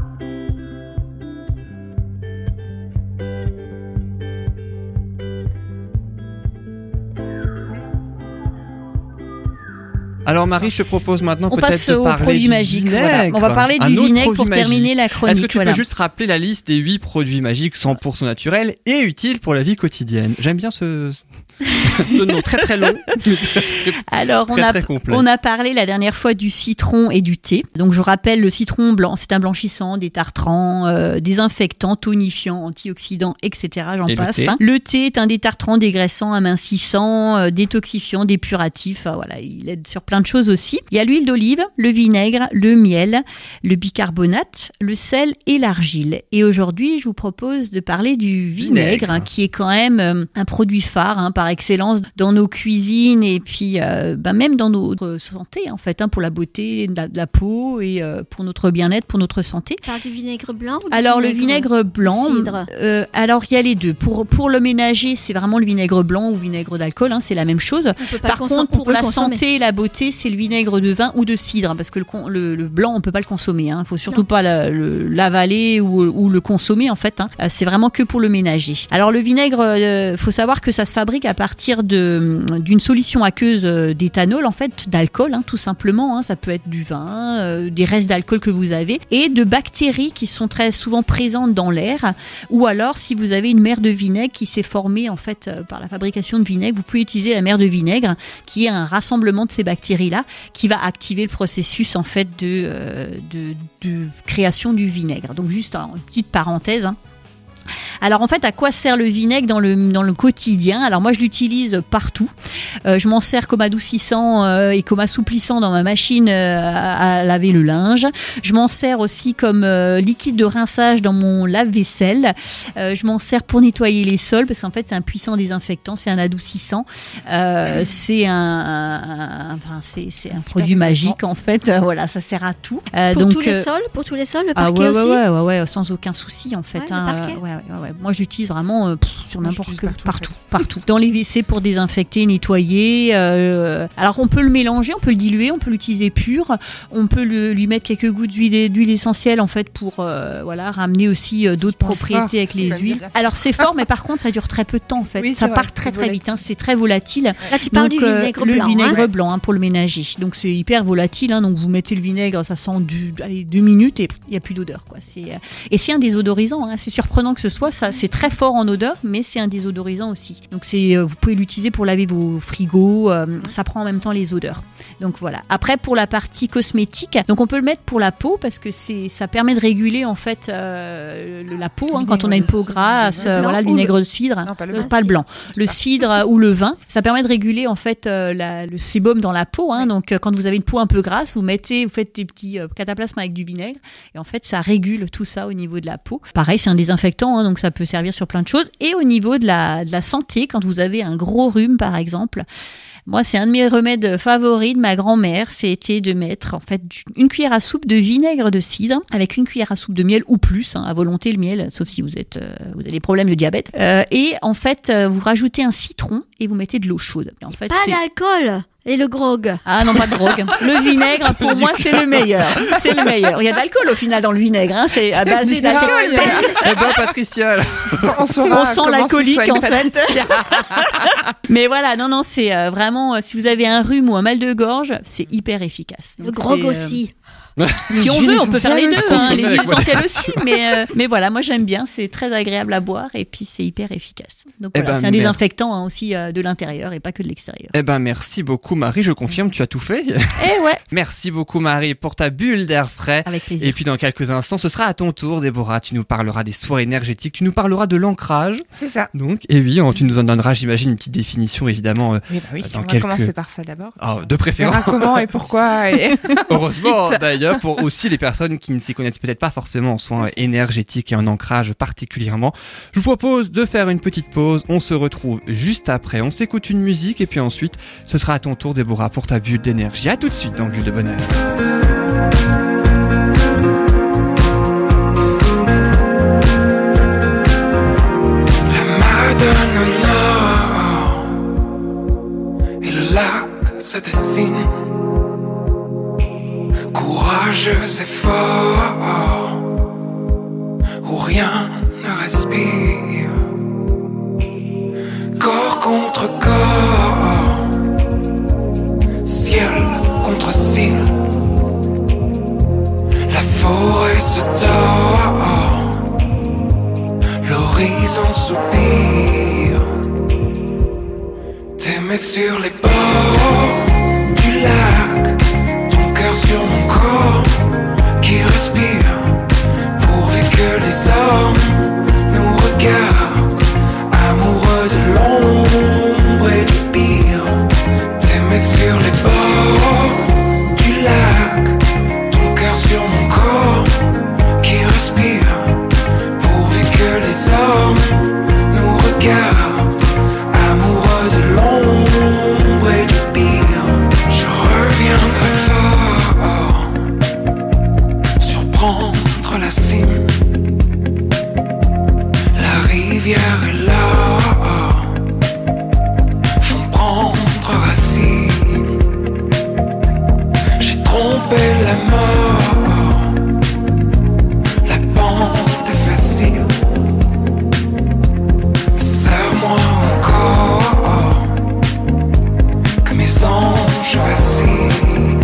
Alors Marie, je te propose maintenant peut-être de parler produits magiques. Voilà. On va parler du vinaigre pour terminer la chronique. Est-ce que tu peux juste rappeler la liste des 8 produits magiques 100% naturels et utiles pour la vie quotidienne? J'aime bien ce nom très très long. Alors on a parlé la dernière fois du citron et du thé. Donc je rappelle, le citron blanc, c'est un blanchissant, détartrant, désinfectant, tonifiant, antioxydant, etc. J'en passe. Le thé est un détartrant, dégraissant, amincissant, détoxifiant, dépuratif. Voilà, il aide sur plein de choses aussi. Il y a l'huile d'olive, le vinaigre, le miel, le bicarbonate, le sel et l'argile. Et aujourd'hui, je vous propose de parler du vinaigre. Hein, qui est quand même un produit phare par excellence dans nos cuisines et puis même dans notre santé en fait, pour la beauté de la peau et pour notre bien-être, pour notre santé. Tu parles du vinaigre blanc ou du Alors le vinaigre blanc, alors il y a les deux. Pour le ménager, c'est vraiment le vinaigre blanc ou vinaigre d'alcool, c'est la même chose. Par contre, pour la santé et la beauté, c'est le vinaigre de vin ou de cidre, parce que le blanc, on peut pas le consommer. Il faut surtout pas l'avaler ou le consommer en fait. C'est vraiment que pour le ménager. Alors le vinaigre, faut savoir que ça se fabrique à partir d'une solution aqueuse d'éthanol, en fait, d'alcool, tout simplement. Ça peut être du vin, des restes d'alcool que vous avez, et de bactéries qui sont très souvent présentes dans l'air. Ou alors, si vous avez une mer de vinaigre qui s'est formée en fait par la fabrication de vinaigre, vous pouvez utiliser la mer de vinaigre, qui est un rassemblement de ces bactéries-là, qui va activer le processus en fait de création du vinaigre. Donc juste une petite parenthèse. Alors en fait, à quoi sert le vinaigre dans le quotidien? Alors moi, je l'utilise partout. Je m'en sers comme adoucissant et comme assouplissant dans ma machine à laver le linge. Je m'en sers aussi comme liquide de rinçage dans mon lave-vaisselle. Je m'en sers pour nettoyer les sols parce qu'en fait, c'est un puissant désinfectant, c'est un adoucissant. C'est un produit magique en fait. Voilà, ça sert à tout. Pour tous les sols, le parquet aussi. Ouais, sans aucun souci en fait. Ouais. Moi, j'utilise vraiment sur n'importe quoi, partout. Dans les WC pour désinfecter, nettoyer. Alors, on peut le mélanger, on peut le diluer, on peut l'utiliser pur. On peut lui mettre quelques gouttes d'huile essentielle en fait pour ramener aussi d'autres propriétés avec les huiles. Alors, c'est fort, mais par contre, ça dure très peu de temps en fait. Oui, ça part très vite. C'est très volatile. Là, tu parles du vinaigre blanc. Le vinaigre blanc pour le ménager. Donc, c'est hyper volatile. Donc, vous mettez le vinaigre, ça sent 2 minutes et il n'y a plus d'odeur. Et c'est un désodorisant. C'est surprenant que ce soit ça, c'est très fort en odeur, mais c'est un désodorisant aussi. Donc vous pouvez l'utiliser pour laver vos frigos, ça prend en même temps les odeurs. Donc voilà. Après, pour la partie cosmétique, donc on peut le mettre pour la peau parce que ça permet de réguler en fait la peau quand on a une peau grasse. Le vinaigre de cidre, non, pas le blanc, le cidre ou le vin, ça permet de réguler en fait le sébum dans la peau. Donc quand vous avez une peau un peu grasse, vous faites des petits cataplasmes avec du vinaigre et en fait ça régule tout ça au niveau de la peau. Pareil, c'est un désinfectant, donc ça peut servir sur plein de choses. Et au niveau de la santé, quand vous avez un gros rhume par exemple, moi c'est un de mes remèdes favoris de ma grand-mère, c'était de mettre en fait une cuillère à soupe de vinaigre de cidre avec une cuillère à soupe de miel ou plus, à volonté le miel, sauf si vous avez des problèmes de diabète. Et en fait, vous rajoutez un citron et vous mettez de l'eau chaude. En fait, pas d'alcool. Et le grog? Ah non, pas de grog. Le vinaigre, pour moi, c'est le meilleur. C'est le meilleur. Il y a de l'alcool au final dans le vinaigre. C'est à base d'alcool. Eh ben, Patricia. On sent l'alcoolique en fait. Mais voilà, non, c'est vraiment, si vous avez un rhume ou un mal de gorge, c'est hyper efficace. Donc, le grog aussi. Si on veut, on peut faire les deux, les huiles essentielles aussi, mais voilà, moi j'aime bien, c'est très agréable à boire et puis c'est hyper efficace. Donc voilà, c'est un désinfectant aussi de l'intérieur et pas que de l'extérieur. Merci beaucoup Marie, je confirme, tu as tout fait. Ouais. Merci beaucoup Marie pour ta bulle d'air frais. Avec plaisir. Et puis dans quelques instants, ce sera à ton tour Déborah, tu nous parleras des soins énergétiques, tu nous parleras de l'ancrage. C'est ça. Donc, et oui, tu nous en donneras, j'imagine, une petite définition évidemment. On va commencer par ça d'abord. De préférence. On verra comment et pourquoi. Heureusement d'ailleurs. Pour aussi les personnes qui ne s'y connaissent peut-être pas forcément en soins énergétiques et en ancrage particulièrement. Je vous propose de faire une petite pause, on se retrouve juste après, on s'écoute une musique et puis ensuite ce sera à ton tour Déborah pour ta bulle d'énergie. À tout de suite dans Bulle de Bonheur. rien ne respire. Corps contre corps, ciel contre ciel. La forêt se tord, l'horizon soupire. T'aimer sur les bords du lac, ton cœur sur mon corps qui respire. Pourvu que les hommes nous regardent, amoureux de l'ombre et du pire. T'aimer sur les bords du lac, ton cœur sur mon corps qui respire. Pourvu que les hommes nous regardent, amoureux de l'ombre et du pire. Je reviendrai fort, surprendre la cime. La rivière est là, font prendre racine. J'ai trompé la mort, la pente est facile. Serre-moi encore, que mes anges vacillent.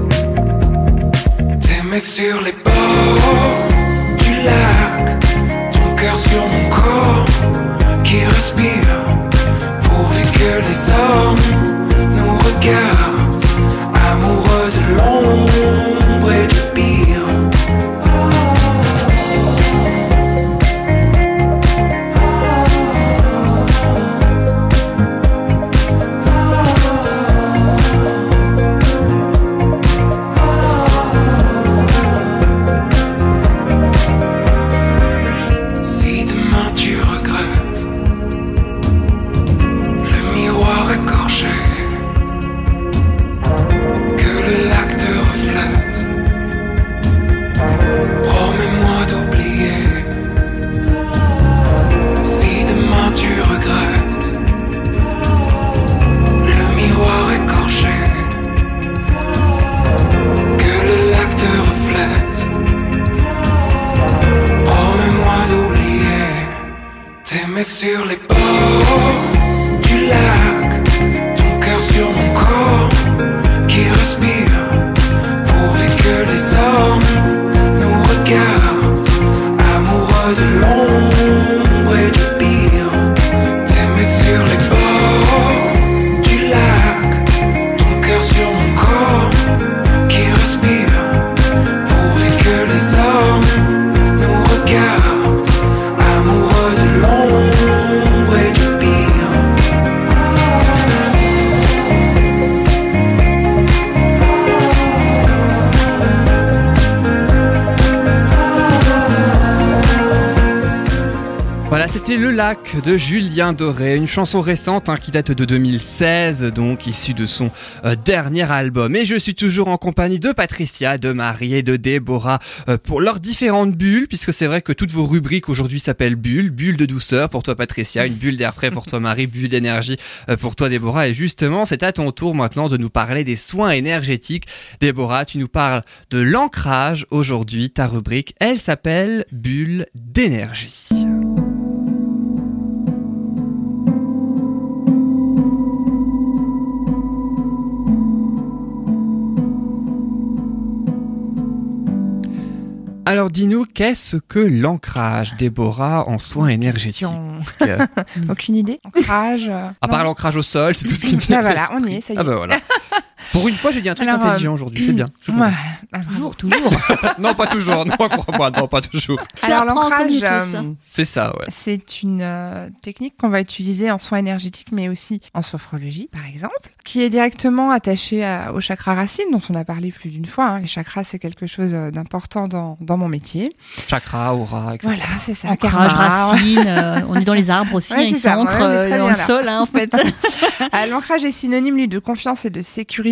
T'aimer sur les bords du lac, ton cœur sur mon corps qui respire. Pourvu que les hommes nous regardent, amoureux de l'ombre et du pire. Si demain tu regrettes le miroir écorché, que le lac te reflète, promets-moi d'oublier. Si demain tu regrettes le miroir écorché, que le lac te reflète, promets-moi d'oublier. T'aimer sur les bords du lac, ton cœur sur mon corps qui respire. Pourvu que les hommes nous regardent, amoureux de l'ombre et du pire. T'aimer sur les bords du lac, ton cœur sur mon corps qui respire. Pourvu que les hommes nous regardent, amoureux de l'ombre et du pire. Voilà, c'était Le Lac de Julien Doré, une chanson récente qui date de 2016, donc issue de son dernier album. Et je suis toujours en compagnie de Patricia, de Marie et de Déborah pour leurs différentes bulles, puisque c'est vrai que toutes vos rubriques aujourd'hui s'appellent bulles. Bulle de douceur pour toi Patricia, une bulle d'air frais pour toi Marie, bulle d'énergie pour toi Déborah. Et justement, c'est à ton tour maintenant de nous parler des soins énergétiques. Déborah, tu nous parles de l'ancrage aujourd'hui. Ta rubrique, elle s'appelle Bulle d'énergie. Alors dis-nous, qu'est-ce que l'ancrage, Déborah, en soins énergétiques? Aucune idée. Ancrage. À part l'ancrage au sol, c'est tout ce qui me vient. Ah voilà, on y est, ça y est. Ah bah voilà. Pour une fois, j'ai dit un truc intelligent aujourd'hui, c'est bien. Ouais. Toujours. Non, pas toujours. Non, crois-moi, non, pas toujours. Alors apprends comme nous l'ancrage, tous. C'est ça, ouais. c'est une technique qu'on va utiliser en soins énergétiques, mais aussi en sophrologie, par exemple, qui est directement attachée au chakra racine, dont on a parlé plus d'une fois. Les chakras, c'est quelque chose d'important dans mon métier. Chakra, aura, etc. Voilà, c'est ça. Ancrage, karma. racine, on est dans les arbres aussi, Ouais, ils c'est ça, s'ancrent on est très bien dans le là. sol, en fait. L'ancrage est synonyme, lui, de confiance et de sécurité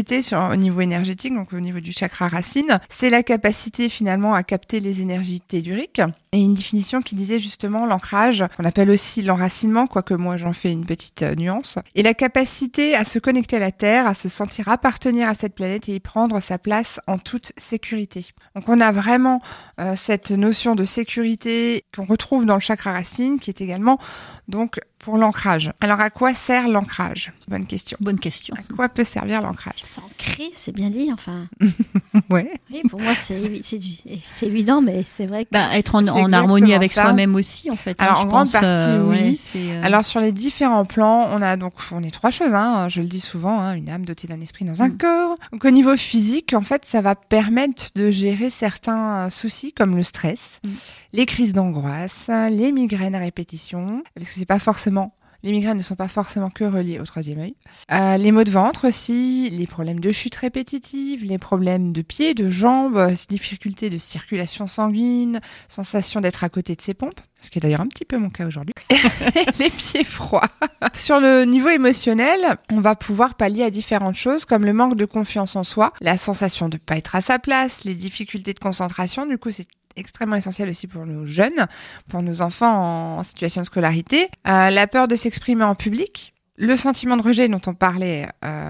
sécurité au niveau énergétique, donc au niveau du chakra racine. C'est la capacité finalement à capter les énergies telluriques. Et une définition qui disait justement l'ancrage, qu'on appelle aussi l'enracinement, quoique moi j'en fais une petite nuance, et la capacité à se connecter à la Terre, à se sentir appartenir à cette planète et y prendre sa place en toute sécurité. Donc on a vraiment cette notion de sécurité qu'on retrouve dans le chakra racine, qui est également donc pour l'ancrage. Alors à quoi sert l'ancrage ? Bonne question. Bonne question. À quoi peut servir l'ancrage ? S'ancrer, c'est bien dit, enfin. Ouais. Oui, pour moi, c'est évident, mais c'est vrai que... Être en exactement harmonie avec ça. soi-même aussi, en fait. Alors, je en grande pense, partie, oui. c'est, Alors, sur les différents plans, on est trois choses, je le dis souvent, une âme dotée d'un esprit dans un corps. Donc, au niveau physique, en fait, ça va permettre de gérer certains soucis, comme le stress, les crises d'angoisse, les migraines à répétition, parce que les migraines ne sont pas forcément que reliées au troisième œil. Les maux de ventre aussi, les problèmes de chute répétitive, les problèmes de pieds, de jambes, difficultés de circulation sanguine, sensation d'être à côté de ses pompes, ce qui est d'ailleurs un petit peu mon cas aujourd'hui, les pieds froids. Sur le niveau émotionnel, on va pouvoir pallier à différentes choses comme le manque de confiance en soi, la sensation de ne pas être à sa place, les difficultés de concentration, du coup c'est extrêmement essentiel aussi pour nos jeunes, pour nos enfants en situation de scolarité. La peur de s'exprimer en public, le sentiment de rejet dont on parlait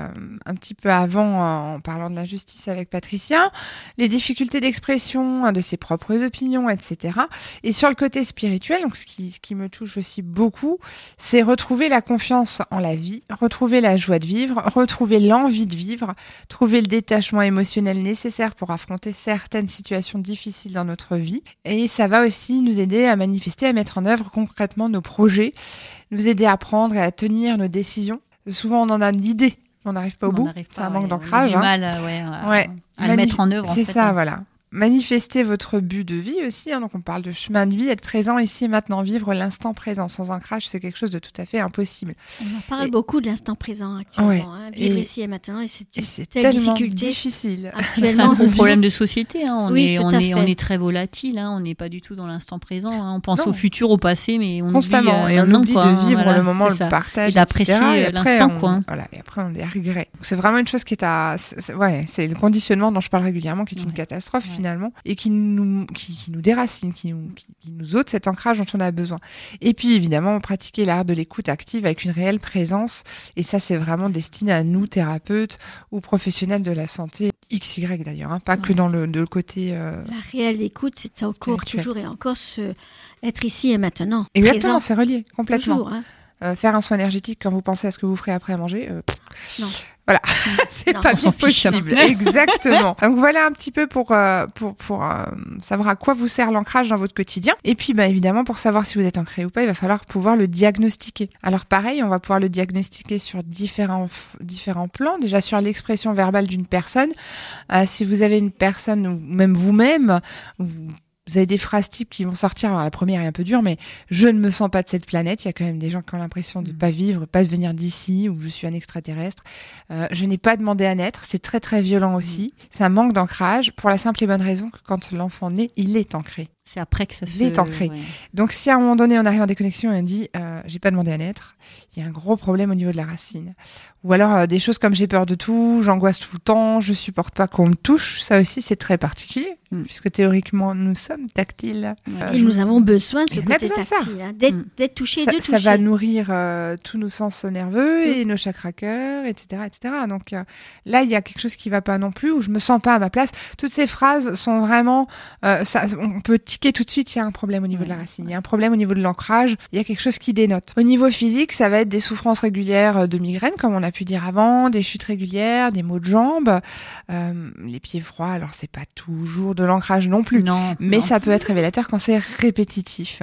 un petit peu avant en parlant de l'injustice avec Patricia, les difficultés d'expression de ses propres opinions, etc. Et sur le côté spirituel, donc ce qui me touche aussi beaucoup, c'est retrouver la confiance en la vie, retrouver la joie de vivre, retrouver l'envie de vivre, trouver le détachement émotionnel nécessaire pour affronter certaines situations difficiles dans notre vie. Et ça va aussi nous aider à manifester, à mettre en œuvre concrètement nos projets, nous aider à prendre et à tenir nos décisions. Souvent, on en a l'idée, mais on n'arrive pas au bout. C'est un manque d'ancrage. On a du mal à le mettre en œuvre. C'est ça, voilà. Manifester votre but de vie aussi, donc on parle de chemin de vie, être présent ici et maintenant, vivre l'instant présent. Sans ancrage, c'est quelque chose de tout à fait impossible. On en parle beaucoup de l'instant présent actuellement, vivre ici et maintenant, et c'est tellement difficile. C'est un gros problème de société. On est très volatile, on n'est pas du tout dans l'instant présent. On pense au futur, au passé, mais on constamment oublie et on oublie de vivre le moment, le partage, et d'apprécier l'instant, Voilà, et après on a des regrets. Donc, c'est vraiment une chose qui est c'est le conditionnement dont je parle régulièrement, qui est une catastrophe finalement, et qui nous déracine, qui nous ôte cet ancrage dont on a besoin. Et puis évidemment, pratiquer l'art de l'écoute active avec une réelle présence, et ça c'est vraiment destiné à nous, thérapeutes ou professionnels de la santé, XY d'ailleurs, pas que dans le côté... La réelle écoute, c'est encore, toujours et encore être ici et maintenant. Exactement, c'est relié, complètement. Toujours, faire un soin énergétique quand vous pensez à ce que vous ferez après à manger, non. Voilà, c'est pas bien possible. Exactement. Donc voilà un petit peu pour savoir à quoi vous sert l'ancrage dans votre quotidien. Et puis évidemment, pour savoir si vous êtes ancré ou pas, il va falloir pouvoir le diagnostiquer. Alors pareil, on va pouvoir le diagnostiquer sur différents plans. Déjà sur l'expression verbale d'une personne. Si vous avez une personne ou même vous-même, vous avez des phrases types qui vont sortir. Alors la première est un peu dure, mais je ne me sens pas de cette planète. Il y a quand même des gens qui ont l'impression de pas vivre, pas de venir d'ici, ou je suis un extraterrestre. Je n'ai pas demandé à naître. C'est très très violent aussi. C'est un manque d'ancrage pour la simple et bonne raison que quand l'enfant naît, il est ancré. C'est après que ça il est ancré. Ouais. Donc si à un moment donné on arrive en déconnexion et on dit j'ai pas demandé à naître, il y a un gros problème au niveau de la racine. Ou alors des choses comme j'ai peur de tout, j'angoisse tout le temps, je supporte pas qu'on me touche. Ça aussi c'est très particulier puisque théoriquement nous sommes tactiles. Et nous avons besoin de ce côté tactile, d'être touché, de toucher. Ça va nourrir tous nos sens nerveux et nos chakras cœur, etc., etc. Donc là il y a quelque chose qui va pas non plus, où je me sens pas à ma place. Toutes ces phrases sont vraiment, on peut tiquer tout de suite, il y a un problème au niveau de la racine, il y a un problème au niveau de l'ancrage, il y a quelque chose qui dénote. Au niveau physique, ça va être des souffrances régulières de migraine, comme on a pu dire avant, des chutes régulières, des maux de jambes, les pieds froids. Alors c'est pas toujours de l'ancrage non plus, mais ça peut être révélateur quand c'est répétitif.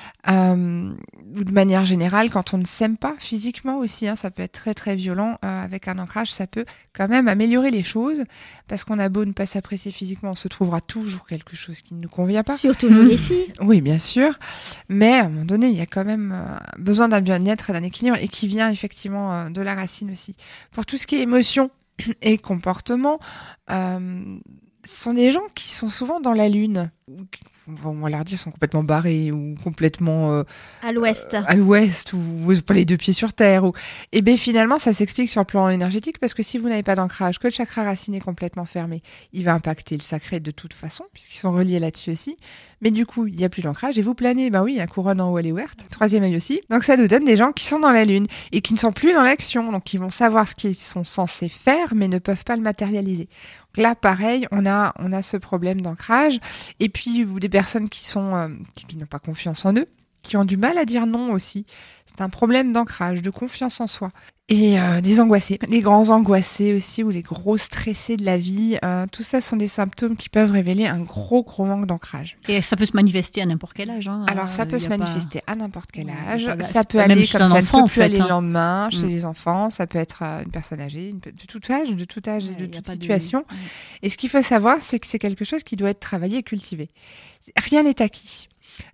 Ou de manière générale, quand on ne s'aime pas physiquement aussi, ça peut être très très violent. Avec un ancrage, ça peut quand même améliorer les choses, parce qu'on a beau ne pas s'apprécier physiquement, on se trouvera toujours quelque chose qui ne nous convient pas. Surtout nous les filles. Oui, bien sûr, mais à un moment donné, il y a quand même besoin d'un bien-être et d'un équilibre, et qui vient effectivement de la racine aussi. Pour tout ce qui est émotion et comportement, ce sont des gens qui sont souvent dans la lune. on va leur dire, sont complètement barrés ou complètement À l'ouest. à l'ouest ou pas les deux pieds sur terre. Et bien finalement, ça s'explique sur le plan énergétique parce que si vous n'avez pas d'ancrage, que le chakra racine est complètement fermé, il va impacter le sacré de toute façon puisqu'ils sont reliés là-dessus aussi. Mais du coup, il n'y a plus d'ancrage et vous planez. Ben oui, la couronne en haut, elle est ouverte. Troisième œil aussi. Donc ça nous donne des gens qui sont dans la lune et qui ne sont plus dans l'action. Donc ils vont savoir ce qu'ils sont censés faire mais ne peuvent pas le matérialiser. Là, pareil, on a ce problème d'ancrage. Et puis, vous, des personnes qui sont qui n'ont pas confiance en eux, qui ont du mal à dire non aussi. C'est un problème d'ancrage, de confiance en soi. Et des angoissés, les grands angoissés aussi, ou les gros stressés de la vie. Tout ça sont des symptômes qui peuvent révéler un gros manque d'ancrage. Et ça peut se manifester à n'importe quel âge. Hein. Alors, ça peut se manifester à n'importe quel âge. Voilà, ça peut même aller chez comme un ça, enfant, ne en peut plus fait, aller hein. le lendemain chez les enfants. Ça peut être une personne âgée, de tout âge et de toute situation. Et ce qu'il faut savoir, c'est que c'est quelque chose qui doit être travaillé et cultivé. Rien n'est acquis.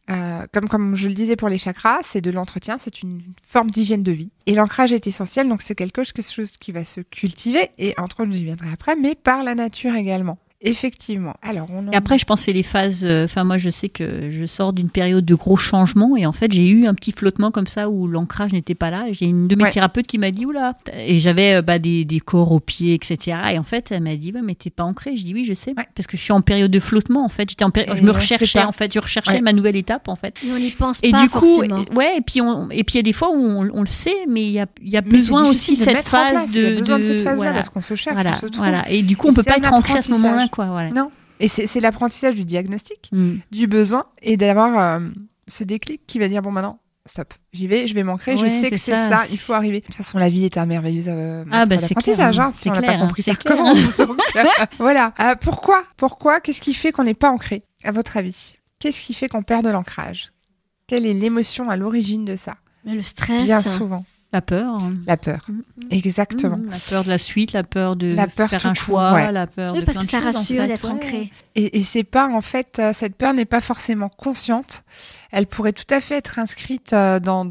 Comme je le disais pour les chakras, c'est de l'entretien, c'est une forme d'hygiène de vie. Et l'ancrage est essentiel, donc c'est quelque chose qui va se cultiver, et entre autres, j'y viendrai après, mais par la nature également. Effectivement. Alors, Et après, je pense que c'est les phases. Enfin, moi, je sais que je sors d'une période de gros changements et en fait, j'ai eu un petit flottement comme ça où l'ancrage n'était pas là. Et j'ai une de mes thérapeutes qui m'a dit oula. Et j'avais des corps aux pieds, etc. Et en fait, elle m'a dit ouais, mais t'es pas ancré. Je dis oui, je sais, parce que je suis en période de flottement. En fait, je me recherchais. En fait, je recherchais ma nouvelle étape. En fait. Et on n'y pense et pas du coup, forcément. Et puis il y a des fois où on le sait, mais il y a besoin aussi de cette phase il y a besoin de cette phase-là voilà. parce qu'on se cherche, Voilà, on se trouve. voilà. Et du coup, on peut pas être ancré à ce moment-là, quoi. Voilà. Non. Et c'est l'apprentissage du diagnostic, du besoin, et d'avoir ce déclic qui va dire, bon, maintenant, stop, j'y vais, je vais m'ancrer, je sais que c'est ça, il faut arriver. De toute façon, la vie est un merveilleux apprentissage, hein, si on n'a pas compris ça recommence. Donc, voilà. Pourquoi Qu'est-ce qui fait qu'on n'est pas ancré, à votre avis? Qu'est-ce qui fait qu'on perd de l'ancrage? Quelle est l'émotion à l'origine de ça? Mais le stress. Bien souvent. La peur. La peur. Exactement. La peur de la suite, la peur de faire un tout choix, court, la peur Oui, de parce plein que ça de choses, rassure en fait, d'être ancré. Et c'est pas, en fait, cette peur n'est pas forcément consciente. Elle pourrait tout à fait être inscrite dans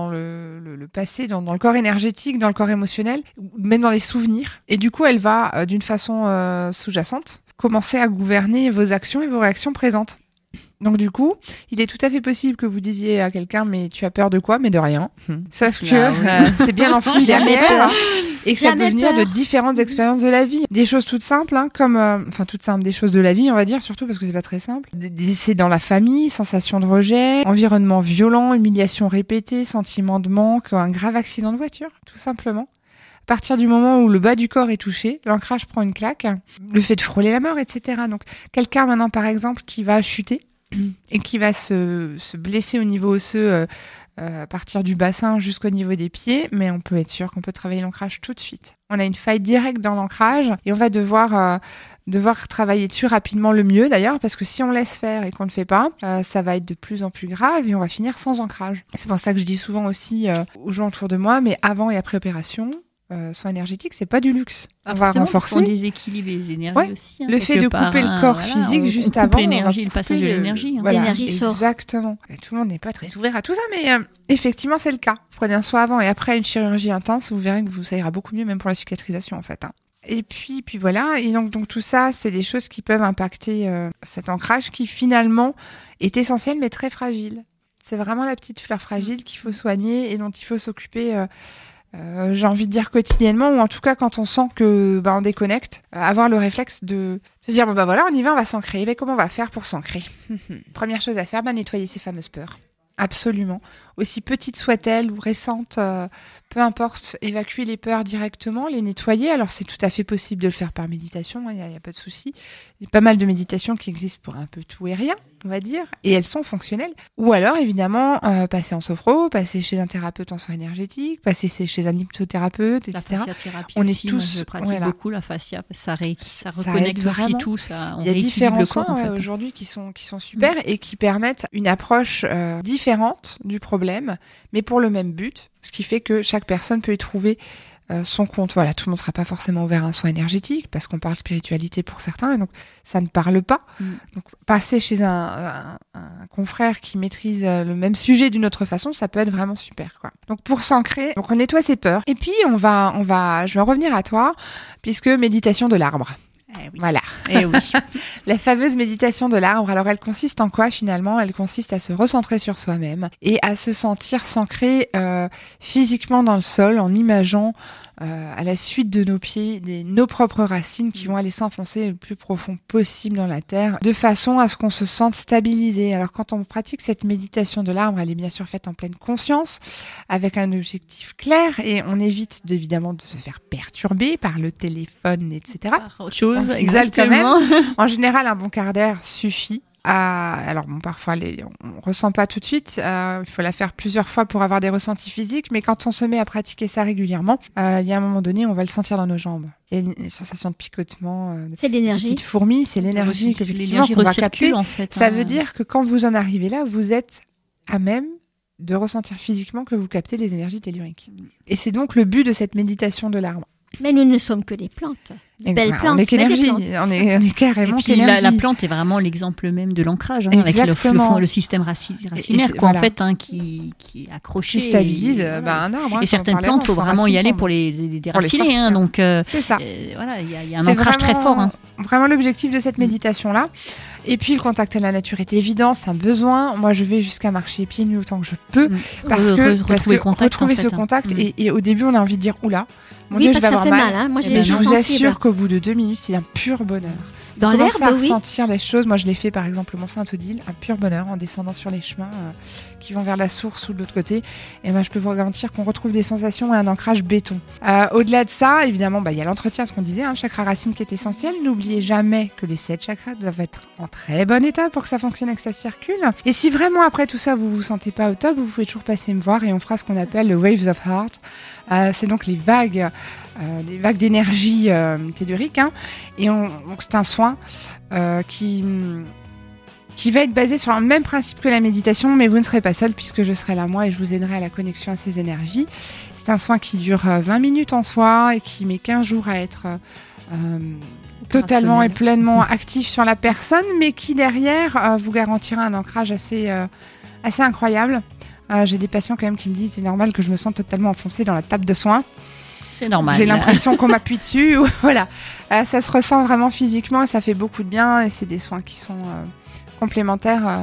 le passé, dans le corps énergétique, dans le corps émotionnel, même dans les souvenirs. Et du coup, elle va, d'une façon sous-jacente, commencer à gouverner vos actions et vos réactions présentes. Donc du coup, il est tout à fait possible que vous disiez à quelqu'un mais tu as peur de quoi? Mais de rien. Sauf que c'est bien enfoui derrière et que ça peut venir de différentes expériences de la vie. Des choses toutes simples, hein, comme toutes simples, des choses de la vie, on va dire, surtout parce que c'est pas très simple. C'est dans la famille, sensation de rejet, environnement violent, humiliation répétée, sentiment de manque, un grave accident de voiture, tout simplement. À partir du moment où le bas du corps est touché, l'ancrage prend une claque, le fait de frôler la mort, etc. Donc quelqu'un maintenant par exemple qui va chuter et qui va se blesser au niveau osseux à partir du bassin jusqu'au niveau des pieds, mais on peut être sûr qu'on peut travailler l'ancrage tout de suite. On a une faille directe dans l'ancrage et on va devoir travailler dessus rapidement, le mieux d'ailleurs, parce que si on laisse faire et qu'on ne fait pas, ça va être de plus en plus grave et on va finir sans ancrage. C'est pour ça que je dis souvent aussi aux gens autour de moi, mais avant et après opération, soins énergétiques, c'est pas du luxe. On va renforcer. On déséquilibre les énergies aussi. Hein, le fait de couper le corps physique juste avant. L'énergie, le passage de l'énergie. Hein. Voilà, l'énergie sort. Exactement. Et tout le monde n'est pas très ouvert à tout ça, mais effectivement, c'est le cas. Prenez un soin avant et après une chirurgie intense, vous verrez que ça ira beaucoup mieux, même pour la cicatrisation, en fait. Hein. Et puis voilà. Et donc tout ça, c'est des choses qui peuvent impacter cet ancrage qui, finalement, est essentiel, mais très fragile. C'est vraiment la petite fleur fragile qu'il faut soigner et dont il faut s'occuper j'ai envie de dire quotidiennement, ou en tout cas quand on sent que on déconnecte, avoir le réflexe de se dire voilà, on y va, on va s'ancrer. Mais comment on va faire pour s'ancrer? Première chose à faire, nettoyer ces fameuses peurs. Absolument. Aussi petites soient-elles ou récentes, peu importe, évacuer les peurs directement, les nettoyer. Alors c'est tout à fait possible de le faire par méditation, il n'y a pas de souci. Il y a pas mal de méditations qui existent pour un peu tout et rien, on va dire, et elles sont fonctionnelles. Ou alors évidemment, passer en sophro, passer chez un thérapeute en soins énergétiques, passer chez un hypnothérapeute, etc. La fasciathérapie on aussi, est tous, je pratique beaucoup la fascia, ça reconnecte aussi tout. Il y a différents soins aujourd'hui qui sont super et qui permettent une approche différente du problème, mais pour le même but, ce qui fait que chaque personne peut y trouver son compte. Voilà, tout le monde ne sera pas forcément ouvert à un soin énergétique parce qu'on parle spiritualité pour certains, et donc ça ne parle pas. Donc passer chez un confrère qui maîtrise le même sujet d'une autre façon, ça peut être vraiment super, quoi. Donc pour s'ancrer, on nettoie ses peurs. Et puis je vais en revenir à toi, puisque méditation de l'arbre. Oui. Voilà. Eh oui. La fameuse méditation de l'arbre, alors elle consiste en quoi finalement ? Elle consiste à se recentrer sur soi-même et à se sentir s'ancrer physiquement dans le sol en imaginant à la suite de nos pieds nos propres racines qui vont aller s'enfoncer le plus profond possible dans la terre, de façon à ce qu'on se sente stabilisé. Alors quand on pratique cette méditation de l'arbre, elle est bien sûr faite en pleine conscience, avec un objectif clair, et on évite évidemment de se faire perturber par le téléphone, etc. Autre chose, On s'isole quand exactement. En général, un bon quart d'heure suffit. Alors bon, parfois on ressent pas tout de suite. Il faut la faire plusieurs fois pour avoir des ressentis physiques. Mais quand on se met à pratiquer ça régulièrement, il y a un moment donné, on va le sentir dans nos jambes. Il y a une sensation de picotement. C'est l'énergie. Petite fourmi, c'est l'énergie C'est qu'effectivement l'énergie qu'on va recircule, capter. en fait. Ça veut dire que quand vous en arrivez là, vous êtes à même de ressentir physiquement que vous captez les énergies telluriques. Et c'est donc le but de cette méditation de l'arbre. Mais nous ne sommes que des plantes. Des belles plantes. On est qu'énergie, mais des plantes. on est carrément Et puis qu'énergie. la plante est vraiment l'exemple même de l'ancrage, avec Exactement. le système racinaire, c'est- quoi, voilà. en fait, qui est accroché. Qui stabilise et, voilà. un arbre. Et certaines plantes, il faut vraiment y aller pour les déraciner. sortir. Donc, C'est ça. voilà, il y a un C'est ancrage très vraiment- fort. Hein. Vraiment l'objectif de cette méditation-là. Et puis le contact à la nature est évident, c'est un besoin. Moi, je vais jusqu'à marcher pieds nus autant que je peux parce que Retrouver le contact, retrouver en ce fait, hein. contact. Et au début, on a envie de dire oula, mon Oui, Dieu, je parce vais que ça avoir fait mal. Hein. Moi, Eh j'ai ben, les je gens vous sensibles. assure qu'au bout de 2 minutes, c'est un pur bonheur. Dans Commencer l'herbe, à oui. ressentir les choses. Moi, je l'ai fait par exemple au Mont Saint-Odile, un pur bonheur en descendant sur les chemins qui vont vers la source ou de l'autre côté. Et moi, je peux vous garantir qu'on retrouve des sensations et un ancrage béton. Au-delà de ça, évidemment, il y a l'entretien, ce qu'on disait, chakra racine qui est essentiel. N'oubliez jamais que les 7 chakras doivent être en très bon état pour que ça fonctionne et que ça circule. Et si vraiment après tout ça, vous vous sentez pas au top, vous pouvez toujours passer me voir et on fera ce qu'on appelle le Waves of Heart. C'est donc les vagues d'énergie tellurique. Et donc c'est un soin qui va être basé sur le même principe que la méditation, mais vous ne serez pas seul puisque je serai là moi et je vous aiderai à la connexion à ces énergies. C'est un soin qui dure 20 minutes en soi et qui met 15 jours à être totalement et pleinement actif sur la personne, mais qui derrière vous garantira un ancrage assez incroyable. J'ai des patients quand même qui me disent c'est normal que je me sente totalement enfoncée dans la table de soins. C'est normal. J'ai l'impression qu'on m'appuie dessus. Voilà. Ça se ressent vraiment physiquement et ça fait beaucoup de bien. Et c'est des soins qui sont complémentaires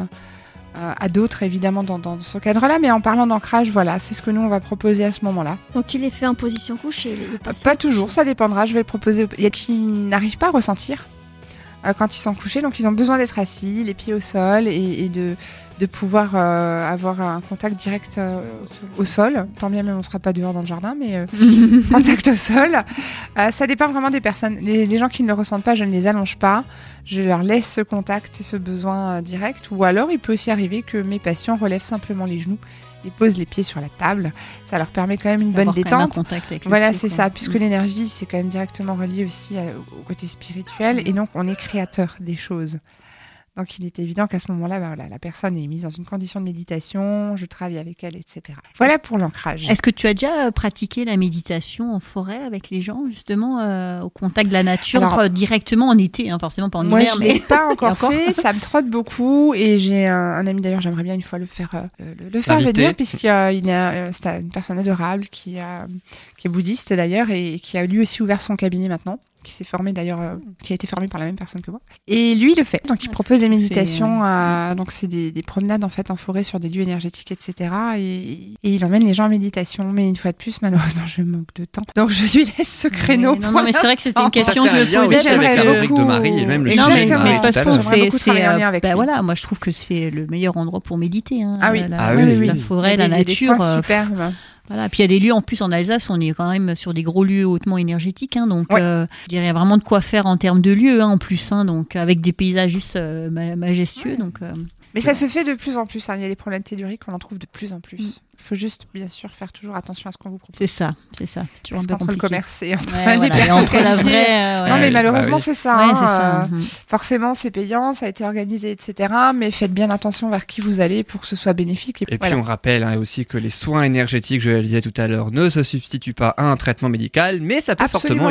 à d'autres, évidemment, dans ce cadre-là. Mais en parlant d'ancrage, voilà, c'est ce que nous, on va proposer à ce moment-là. Donc tu les fais en position couchée, les patients. Pas toujours, ça dépendra. Je vais le proposer. Il y a qui n'arrivent pas à ressentir quand ils sont couchés. Donc, ils ont besoin d'être assis, les pieds au sol et de pouvoir avoir un contact direct au sol. Tant bien même on ne sera pas dehors dans le jardin, mais contact au sol. Ça dépend vraiment des personnes. Les gens qui ne le ressentent pas, je ne les allonge pas. Je leur laisse ce contact et ce besoin direct. Ou alors, il peut aussi arriver que mes patients relèvent simplement les genoux et posent les pieds sur la table. Ça leur permet quand même une bonne D'avoir quand même un détente. contact avec le Voilà, pied, c'est quoi. ça, puisque l'énergie, c'est quand même directement relié aussi au côté spirituel. Et donc, on est créateur des choses. Donc, il est évident qu'à ce moment-là, voilà, la personne est mise dans une condition de méditation, je travaille avec elle, etc. Voilà pour l'ancrage. Est-ce que tu as déjà pratiqué la méditation en forêt avec les gens, justement, au contact de la nature, Alors, directement en été, forcément pas en Moi, hiver, je mais l'ai pas encore, encore fait. Ça me trotte beaucoup. Et j'ai un ami, d'ailleurs, j'aimerais bien une fois le faire, le faire, je vais L'inviter. dire, puisqu'il c'est une personne adorable qui est bouddhiste, d'ailleurs, et qui a lui aussi ouvert son cabinet maintenant. Qui s'est formé d'ailleurs, qui a été formé par la même personne que moi. Et lui, il le fait. Donc, il propose des méditations. Donc, c'est des promenades en fait en forêt sur des lieux énergétiques, etc. Et il emmène les gens en méditation. Mais une fois de plus, malheureusement, je manque de temps. Donc, je lui laisse ce créneau. Ouais, non, pour mais c'est vrai que c'était une l'instant. question Ça fait que un je lien me posais. aussi avec la j'aimerais rubrique de Marie et même le Exactement. sujet. mais de toute Tout à façon, l'heure. J'aimerais beaucoup travailler en lien avec lui. voilà, moi je trouve que c'est le meilleur endroit pour méditer. Ah oui. Ah oui. La forêt, Il y a la des nature. coins superbes. Voilà. Puis il y a des lieux en plus en Alsace, on est quand même sur des gros lieux hautement énergétiques, donc Ouais. je dirais il y a vraiment de quoi faire en termes de lieux en plus, donc avec des paysages juste majestueux. Donc Mais ça se fait de plus en plus. Il y a des problèmes telluriques, on en trouve de plus en plus. Il faut juste, bien sûr, faire toujours attention à ce qu'on vous propose. c'est ça. C'est toujours Parce un peu qu'entre le compliqué. commerce et entre Ouais, les voilà, et personnes entre la qualifiées- vraie. Non, mais Ouais, malheureusement, bah oui. c'est ça. Ouais, hein, c'est ça. Forcément, c'est payant, ça a été organisé, etc. Mais faites bien attention vers qui vous allez pour que ce soit bénéfique. Et voilà. puis on rappelle aussi que les soins énergétiques, je le disais tout à l'heure, ne se substituent pas à un traitement médical, mais ça peut Absolument fortement aider. pas.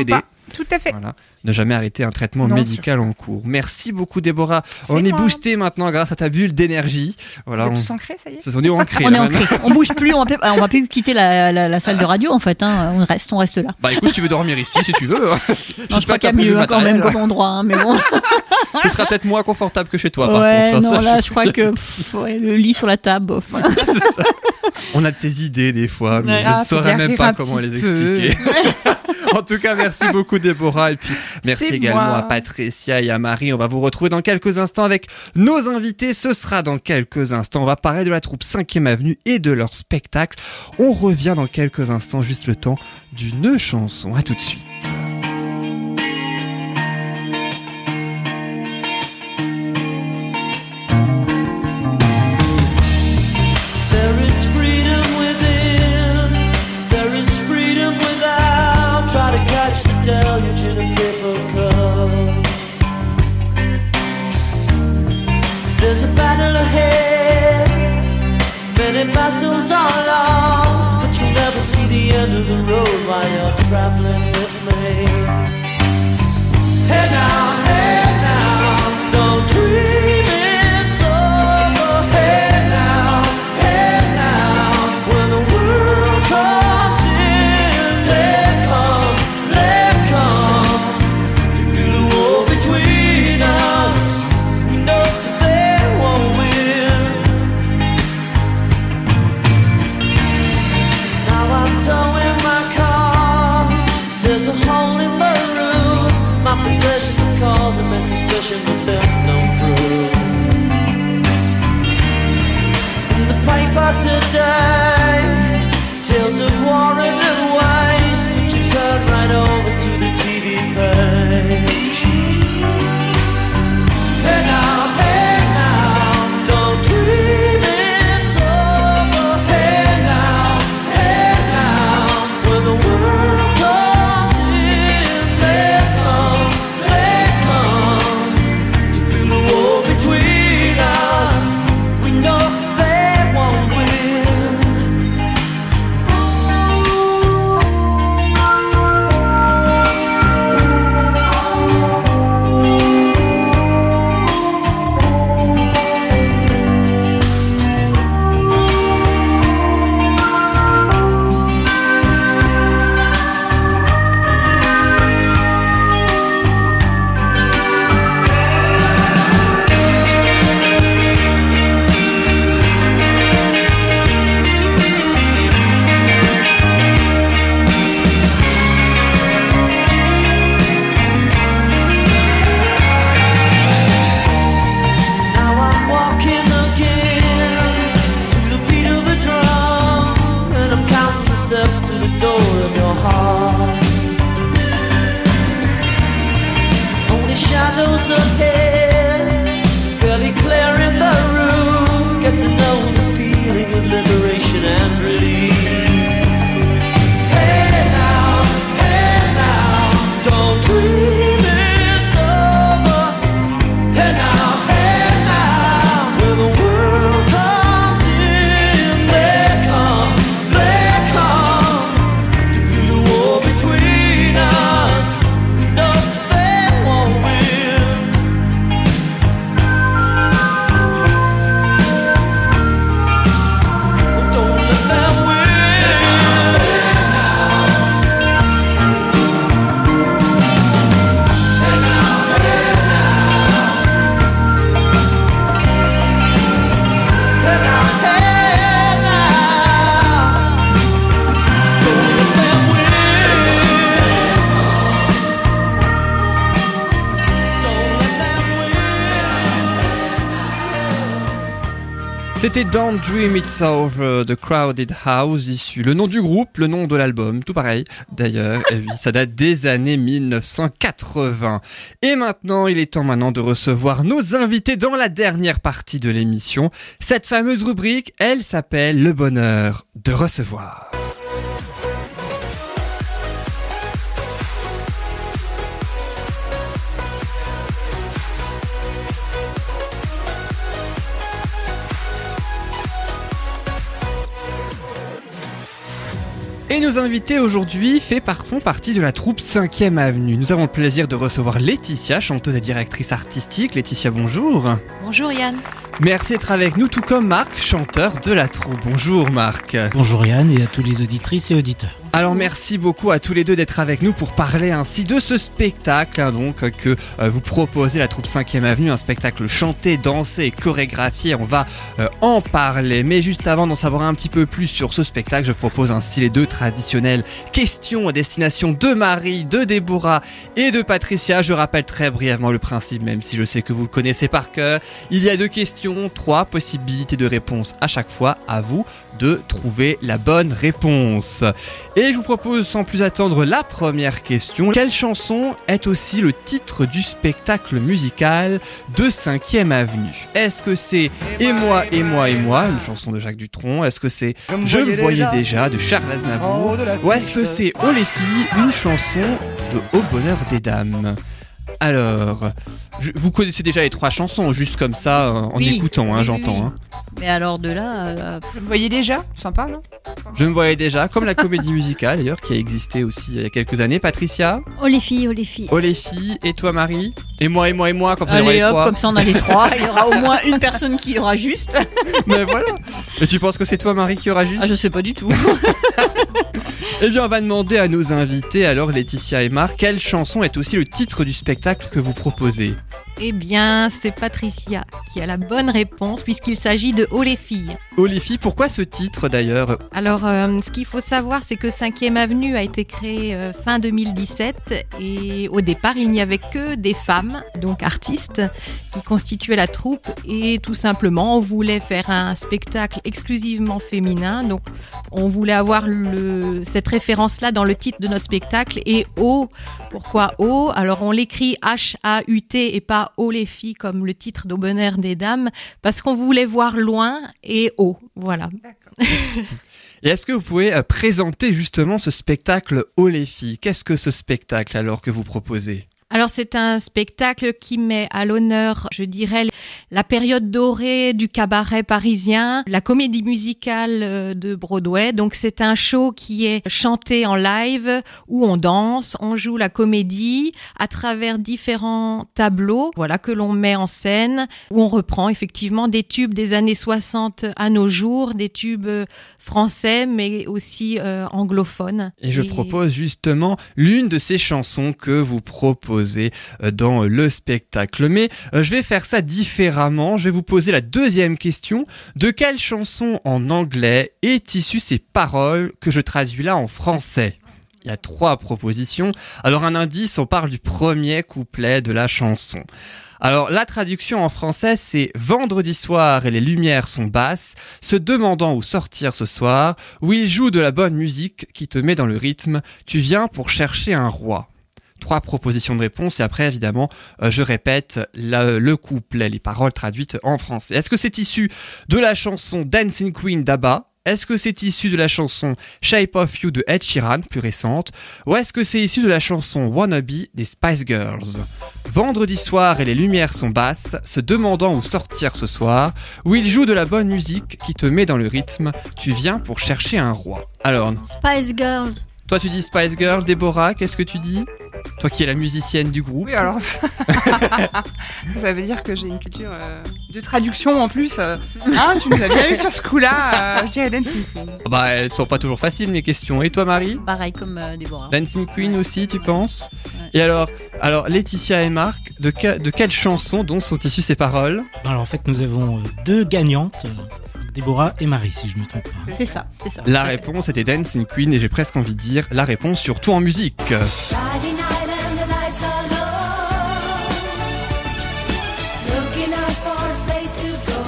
Tout à fait. Voilà. Ne jamais arrêter un traitement Non, médical en cours. Merci beaucoup, Déborah. On est moi. boosté maintenant grâce à ta bulle d'énergie. Voilà, Vous êtes on... tous ancrés, ça y est? Ça, on est ancré. On là, est maintenant. ancré. On bouge plus, on va plus quitter la salle de radio en fait. Hein. On reste là. Bah écoute, si tu veux dormir ici, si tu veux. Non, je crois qu'il y a mieux quand même comme endroit, hein, mais bon. Ce sera peut-être moins confortable que chez toi, par Ouais, contre. non, Ça, là, je je crois que le lit sur la table, bof. C'est ça. On a de ces idées des fois, mais Ouais. je ne faut saurais bien même rire pas un comment petit les peu. expliquer. En tout cas, merci beaucoup Déborah et puis merci C'est également moi. à Patricia et à Marie. On va vous retrouver dans quelques instants avec nos invités. Ce sera dans quelques instants. On va parler de la troupe 5e Avenue et de leur spectacle. On revient dans quelques instants, juste le temps d'une chanson. À tout de suite. There is freedom within, there is freedom without. Try to catch the deluge in a paper cup. There's a battle ahead, many battles are lost, but you'll never see the end of the road while you're traveling with me. Hey now, don't dream it's over. Hey now, when the world comes in, they come to build a wall between us. We know they won't win. Now I'm towing my car. There's a hole in the roof. My possessions are causing me suspicion, but there's no proof. In the paper today, tales of war and waste, but you turn right over to the TV page. Hey now, don't dream it's over. Hey now, when the world comes in, they come to build a wall between us. We know they won't win. Now I'm walking again to the beat of a drum, and I'm counting the steps to the door of your heart. Only shadows ahead, barely clearing the roof. Get to know the feeling of liberation and release. Hey now, don't dream it's over. Hey now, when the world comes in, they come to build a wall between us. No, they won't win. Don't let them win. Hey now, don't let them win. Don't let them win. C'était Don't Dream It's Over The Crowded House, issu le nom du groupe, le nom de l'album, tout pareil d'ailleurs, et oui, ça date des années 1980. Et maintenant, il est temps de recevoir nos invités dans la dernière partie de l'émission. Cette fameuse rubrique, elle s'appelle Le bonheur de recevoir. Et nos invités aujourd'hui font partie de la troupe 5e Avenue. Nous avons le plaisir de recevoir Laetitia, chanteuse et directrice artistique. Laetitia, bonjour. Bonjour Yann. Merci d'être avec nous, tout comme Marc, chanteur de la troupe. Bonjour Marc. Bonjour Yann et à tous les auditrices et auditeurs. Alors merci beaucoup à tous les deux d'être avec nous pour parler ainsi de ce spectacle que vous proposez, la troupe 5e Avenue, un spectacle chanté, dansé et chorégraphié. On va en parler, mais juste avant d'en savoir un petit peu plus sur ce spectacle, je propose ainsi les deux traditionnelles questions à destination de Marie, de Déborah et de Patricia. Je rappelle très brièvement le principe, même si je sais que vous le connaissez par cœur. Il y a 2 questions, 3 possibilités de réponse à chaque fois. À vous de trouver la bonne réponse. Et je vous propose sans plus attendre la première question. Quelle chanson est aussi le titre du spectacle musical de 5e Avenue? Est-ce que c'est Et moi, et moi, et moi, une chanson de Jacques Dutronc? Est-ce que c'est Je me voyais déjà de Charles Aznavour? Ou est-ce que c'est Oh les filles, une chanson de Au bonheur des dames? Alors, vous connaissez déjà les 3 chansons, juste comme ça, en écoutant, j'entends. Oui. Mais alors de là... Je me voyais déjà, sympa, non? Je me voyais déjà, comme la comédie musicale d'ailleurs, qui a existé aussi il y a quelques années. Patricia? Oh les filles, oh les filles. Oh les filles, et toi Marie? Et moi, comme ça on aura les 3. Comme ça on a les 3, il y aura au moins une personne qui aura juste. Mais voilà. Et tu penses que c'est toi Marie qui aura juste? Je sais pas du tout. Eh bien on va demander à nos invités, alors Laetitia et Marc, quelle chanson est aussi le titre du spectacle que vous proposez? Eh bien, c'est Patricia qui a la bonne réponse puisqu'il s'agit de Oh les filles. Oh les filles, pourquoi ce titre d'ailleurs? Alors, ce qu'il faut savoir, c'est que 5e Avenue a été créée fin 2017 et au départ, il n'y avait que des femmes, donc artistes, qui constituaient la troupe et tout simplement, on voulait faire un spectacle exclusivement féminin. Donc, on voulait avoir cette référence-là dans le titre de notre spectacle. Et Oh, pourquoi Oh? Alors, on l'écrit H-A-U-T et pas Oh les filles comme le titre d'Au bonheur des dames parce qu'on voulait voir loin et haut, voilà. Et est-ce que vous pouvez présenter justement ce spectacle Oh les filles? Qu'est-ce que ce spectacle alors que vous proposez? Alors c'est un spectacle qui met à l'honneur, je dirais, la période dorée du cabaret parisien, la comédie musicale de Broadway. Donc c'est un show qui est chanté en live où on danse, on joue la comédie à travers différents tableaux, voilà, que l'on met en scène, où on reprend effectivement des tubes des années 60 à nos jours, des tubes français mais aussi anglophones. Et je propose justement l'une de ces chansons que vous proposez dans le spectacle. Mais je vais faire ça différemment. Je vais vous poser la deuxième question. De quelle chanson en anglais est issue ces paroles que je traduis là en français? Il y a 3 propositions. Alors un indice, on parle du premier couplet de la chanson. Alors la traduction en français c'est vendredi soir et les lumières sont basses, se demandant où sortir ce soir, où il joue de la bonne musique qui te met dans le rythme, tu viens pour chercher un roi. 3 propositions de réponse et après évidemment je répète le couplet, les paroles traduites en français. Est-ce que c'est issu de la chanson Dancing Queen d'ABBA? Est-ce que c'est issu de la chanson Shape of You de Ed Sheeran, plus récente? Ou est-ce que c'est issu de la chanson Wannabe des Spice Girls? Vendredi soir et les lumières sont basses, se demandant où sortir ce soir, où il joue de la bonne musique qui te met dans le rythme, tu viens pour chercher un roi. Alors, Spice Girls. toi tu dis Spice Girls, Déborah, qu'est-ce que tu dis? Toi qui es la musicienne du groupe. Oui, alors. Ça veut dire que j'ai une culture de traduction en plus. Tu nous as bien eu sur ce coup-là. Je dirais Dancing Queen. Bah, elles sont pas toujours faciles mes questions. Et toi, Marie? Pareil comme Déborah. Dancing Queen aussi, tu penses? Ouais. Et alors Laetitia et Marc, de quelle chanson dont sont issues ces paroles? Alors en fait, nous avons 2 gagnantes, Déborah et Marie, si je me trompe pas. C'est ça. La réponse était Dancing Queen et j'ai presque envie de dire la réponse surtout en musique. Friday night and the lights are low. Looking out for a place to go.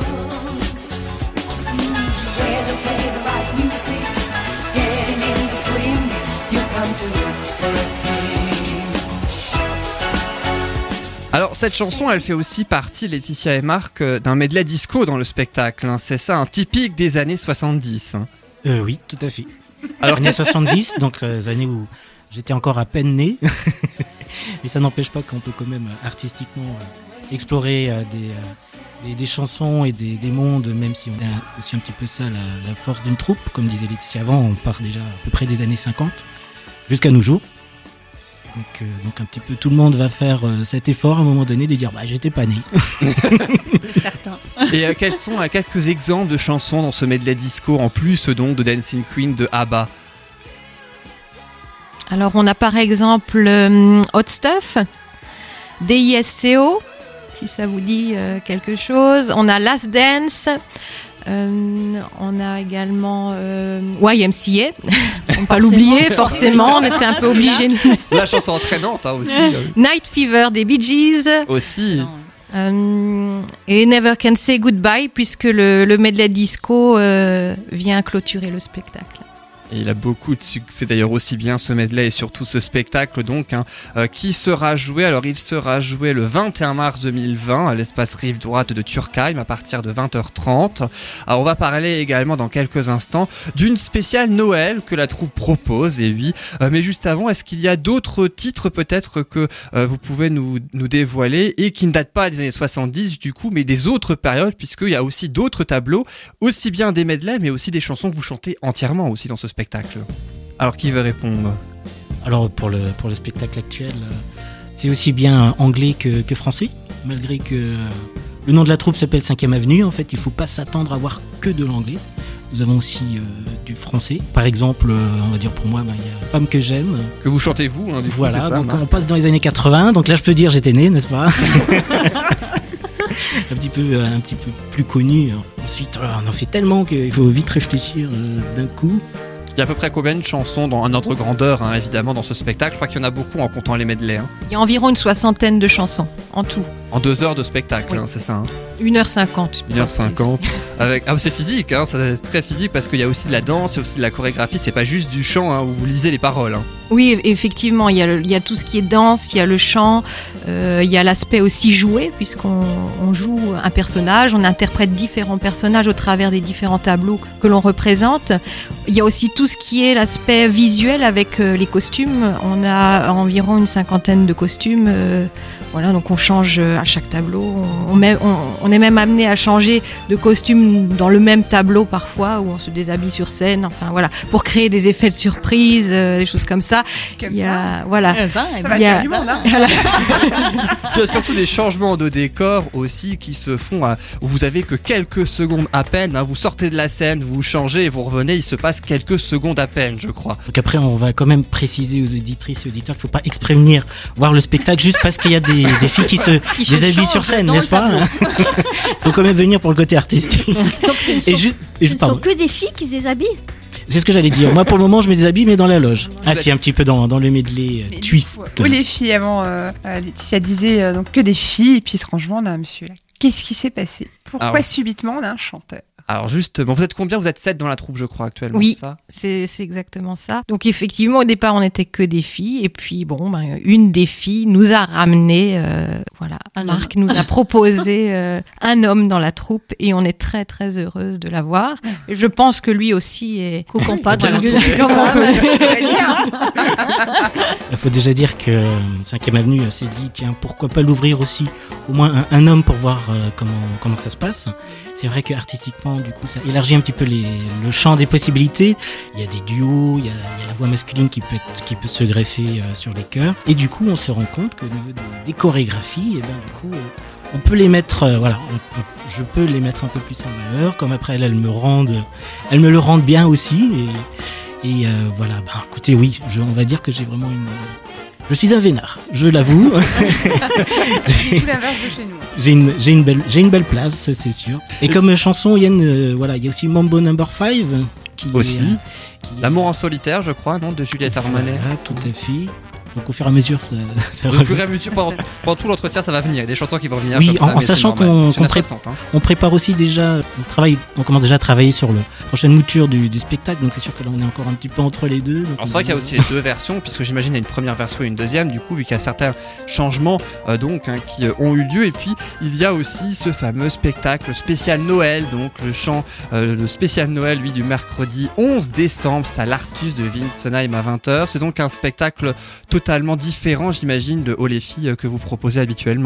Where they play the right music. Getting in the swing. You come to look for a king. Alors cette chanson elle fait aussi partie, Laetitia et Marc, d'un medley disco dans le spectacle. C'est ça, un typique des années 70. Oui, tout à fait. Alors années 70, donc les années où j'étais encore à peine né. Mais ça n'empêche pas qu'on peut quand même artistiquement explorer des chansons et des mondes, même si on a aussi un petit peu ça, la force d'une troupe. Comme disait Laetitia avant, on part déjà à peu près des années 50 jusqu'à nos jours. Donc un petit peu tout le monde va faire cet effort à un moment donné de dire j'étais pas né. C'est certain. Et quels sont quelques exemples de chansons dans ce medley disco en plus donc de Dancing Queen de ABBA? Alors on a par exemple Hot Stuff, DISCO, si ça vous dit quelque chose. On a Last Dance. On a également YMCA, on ne pas l'oublier forcément, on était un peu obligés. La chanson entraînante aussi. Night Fever des Bee Gees. Aussi. Et Never Can Say Goodbye, puisque le medley disco vient clôturer le spectacle. Et il a beaucoup de succès d'ailleurs, aussi bien ce medley et surtout ce spectacle donc qui sera joué. Alors il sera joué le 21 mars 2020 à l'espace Rive Droite de Turckheim à partir de 20h30. Alors on va parler également dans quelques instants d'une spéciale Noël que la troupe propose, et oui. Mais juste avant, est-ce qu'il y a d'autres titres peut-être que vous pouvez nous dévoiler et qui ne datent pas des années 70 du coup, mais des autres périodes, puisqu'il y a aussi d'autres tableaux, aussi bien des medleys mais aussi des chansons que vous chantez entièrement aussi dans ce spectacle. Alors qui veut répondre? Alors pour le spectacle actuel, c'est aussi bien anglais que français, malgré que le nom de la troupe s'appelle 5e Avenue. En fait, il ne faut pas s'attendre à voir que de l'anglais. Nous avons aussi du français. Par exemple, on va dire pour moi, il y a Femme que j'aime. Que vous chantez vous, du coup, voilà, c'est ça, donc on passe dans les années 80, donc là je peux dire j'étais né, n'est-ce pas? un petit peu plus connu. Ensuite, on en fait tellement qu'il faut vite réfléchir d'un coup. Il y a à peu près combien de chansons dans un ordre grandeur, évidemment, dans ce spectacle? Je crois qu'il y en a beaucoup en comptant les medleys. Il y a environ une 60aine de chansons en tout. En 2 heures de spectacle, oui. C'est ça. 1h50. 1h50. C'est physique, c'est très physique parce qu'il y a aussi de la danse, il y a aussi de la chorégraphie, c'est pas juste du chant où vous lisez les paroles. Oui, effectivement, il y a tout ce qui est danse, il y a le chant, il y a l'aspect aussi joué, puisqu'on joue un personnage, on interprète différents personnages au travers des différents tableaux que l'on représente. Il y a aussi tout ce qui est l'aspect visuel avec les costumes. On a environ une 50aine de costumes. Voilà, donc on change à chaque tableau. On est même amené à changer de costume dans le même tableau parfois, où on se déshabille sur scène. Enfin voilà, pour créer des effets de surprise, des choses comme ça. Comme il y a, ça. voilà. Ça va faire du monde, Il y a surtout des changements de décor aussi qui se font où vous avez que quelques secondes à peine. Vous sortez de la scène, vous changez et vous revenez. Il se passe quelques secondes à peine, je crois. Donc après, on va quand même préciser aux auditrices et auditeurs qu'il ne faut pas exprès venir voir le spectacle juste parce qu'il y a des filles qui se déshabillent sur scène, n'est-ce pas? Il faut quand même venir pour le côté artistique. Donc ce ne sont que des filles qui se déshabillent? C'est ce que j'allais dire. Moi, pour le moment, je me déshabille, mais dans la loge. Si, un petit peu dans le medley twist. Où les filles avant, Laetitia disait donc que des filles, et puis franchement, on a un monsieur là. Qu'est-ce qui s'est passé? Pourquoi subitement on a un chanteur? Alors justement, vous êtes combien? Vous êtes 7 dans la troupe, je crois, actuellement. Oui, ça c'est exactement ça. Donc effectivement, au départ, on n'était que des filles. Et puis, une des filles nous a ramené, Marc nous a proposé un homme dans la troupe. Et on est très, très heureuse de l'avoir. Et je pense que lui aussi est cocon-pas dans le Il faut déjà dire que 5e Avenue s'est dit, tiens, pourquoi pas l'ouvrir aussi au moins un homme pour voir comment ça se passe. C'est vrai que artistiquement, du coup, ça élargit un petit peu le champ des possibilités. Il y a des duos, il y a la voix masculine qui peut se greffer sur les chœurs. Et du coup, on se rend compte qu'au niveau des chorégraphies, et du coup, on peut les mettre, je peux les mettre un peu plus en valeur. Comme après, elles me le rendent bien aussi. Et voilà, écoutez, oui, on va dire que j'ai vraiment je suis un vénard, je l'avoue. C'est tout l'inverse de chez nous. J'ai une belle place, ça, c'est sûr. Et comme chanson, il y a aussi Mambo No. 5 qui aussi. L'amour en solitaire, je crois, non, de Juliette Armanet. Voilà, tout à fait. Donc au fur et à mesure, ça au fur et à mesure, pendant tout l'entretien, ça va venir. Il y a des chansons qui vont venir. Oui, comme en sachant qu'on prépare aussi déjà, on commence déjà à travailler sur la prochaine mouture du spectacle. Donc c'est sûr que là, on est encore un petit peu entre les deux. Alors c'est vrai qu'il y a aussi les deux versions, puisque j'imagine qu'il y a une première version et une deuxième. Du coup, vu qu'il y a certains changements qui ont eu lieu, et puis il y a aussi ce fameux spectacle spécial Noël, donc le spécial Noël, lui, du mercredi 11 décembre. C'est à l'Artus de Winsenheim à 20h. C'est donc un spectacle totalement différent, j'imagine, de Oh les filles que vous proposez habituellement.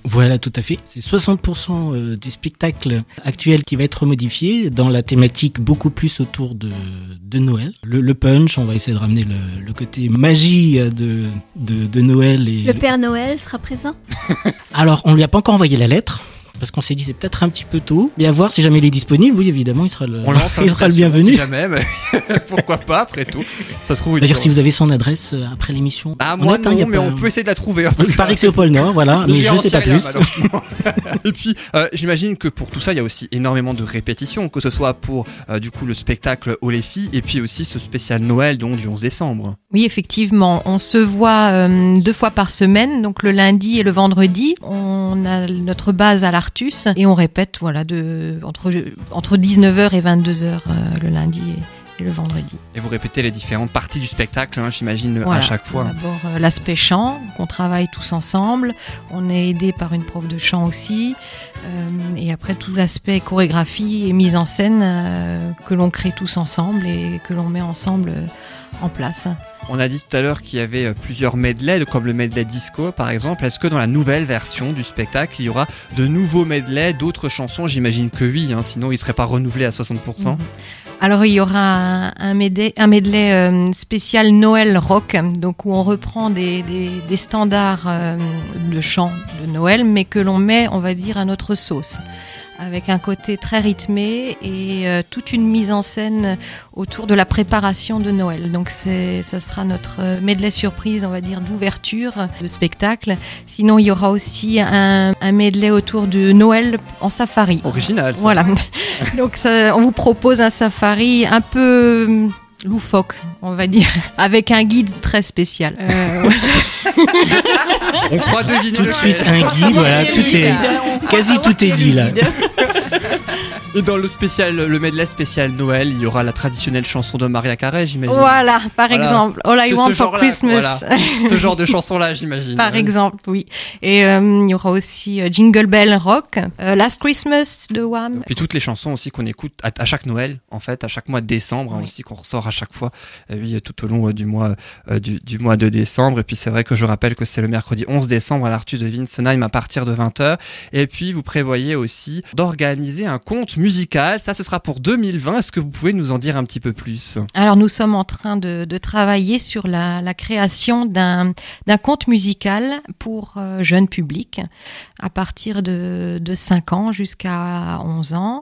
Voilà, tout à fait. C'est 60% du spectacle actuel qui va être modifié dans la thématique beaucoup plus autour de Noël. Le punch, on va essayer de ramener le côté magie de Noël. Et Le Père Noël sera présent? Alors, on lui a pas encore envoyé la lettre. Parce qu'on s'est dit c'est peut-être un petit peu tôt. Mais à voir si jamais il est disponible, oui évidemment il sera le bienvenu. Si jamais, mais pourquoi pas après tout. Ça se trouve. D'ailleurs si vous avez son adresse après l'émission. Moi non, mais on peut essayer de la trouver. Il paraît que c'est au pôle Nord, voilà, mais je sais pas plus. Et puis j'imagine que pour tout ça il y a aussi énormément de répétitions, que ce soit pour du coup le spectacle Oh les filles et puis aussi ce spécial Noël donc du 11 décembre. Oui, effectivement, on se voit 2 fois par semaine, donc le lundi et le vendredi. On a notre base à l'Artus et on répète entre 19h et 22h le lundi et le vendredi. Et vous répétez les différentes parties du spectacle, j'imagine, voilà, à chaque fois. D'abord l'aspect chant, qu'on travaille tous ensemble. On est aidé par une prof de chant aussi. Et après tout l'aspect chorégraphie et mise en scène que l'on crée tous ensemble et que l'on met ensemble en place. On a dit tout à l'heure qu'il y avait plusieurs medleys, comme le medley disco par exemple. Est-ce que dans la nouvelle version du spectacle, il y aura de nouveaux medleys, d'autres chansons? J'imagine que oui, sinon il ne serait pas renouvelé à 60%. Alors il y aura un medley spécial Noël rock, donc où on reprend des standards de chant de Noël, mais que l'on met, on va dire, à notre sauce, avec un côté très rythmé et toute une mise en scène autour de la préparation de Noël. Donc ça sera notre medley surprise, on va dire, d'ouverture de spectacle. Sinon, il y aura aussi un medley autour de Noël en safari. Original, ça. Voilà. Donc on vous propose un safari un peu loufoque, on va dire, avec un guide très spécial. On croit deviner tout de suite un guide, voilà, tout est dit là. Et dans le medley spécial Noël, il y aura la traditionnelle chanson de Mariah Carey, j'imagine. Voilà, par exemple, All I Want for Christmas. Voilà. Ce genre de chanson-là, j'imagine. Par exemple, oui. Et il y aura aussi Jingle Bell Rock, Last Christmas de Wham. Puis toutes les chansons aussi qu'on écoute à chaque Noël, en fait, à chaque mois de décembre, aussi qu'on ressort à chaque fois, tout au long du mois de décembre. Et puis c'est vrai que je rappelle que c'est le mercredi 11 décembre à l'Artus de Winsenheim à partir de 20h. Et puis vous prévoyez aussi d'organiser un conte musical. Ça, ce sera pour 2020. Est-ce que vous pouvez nous en dire un petit peu plus? Alors nous sommes en train de travailler sur la création d'un conte musical pour jeunes publics à partir de 5 ans jusqu'à 11 ans.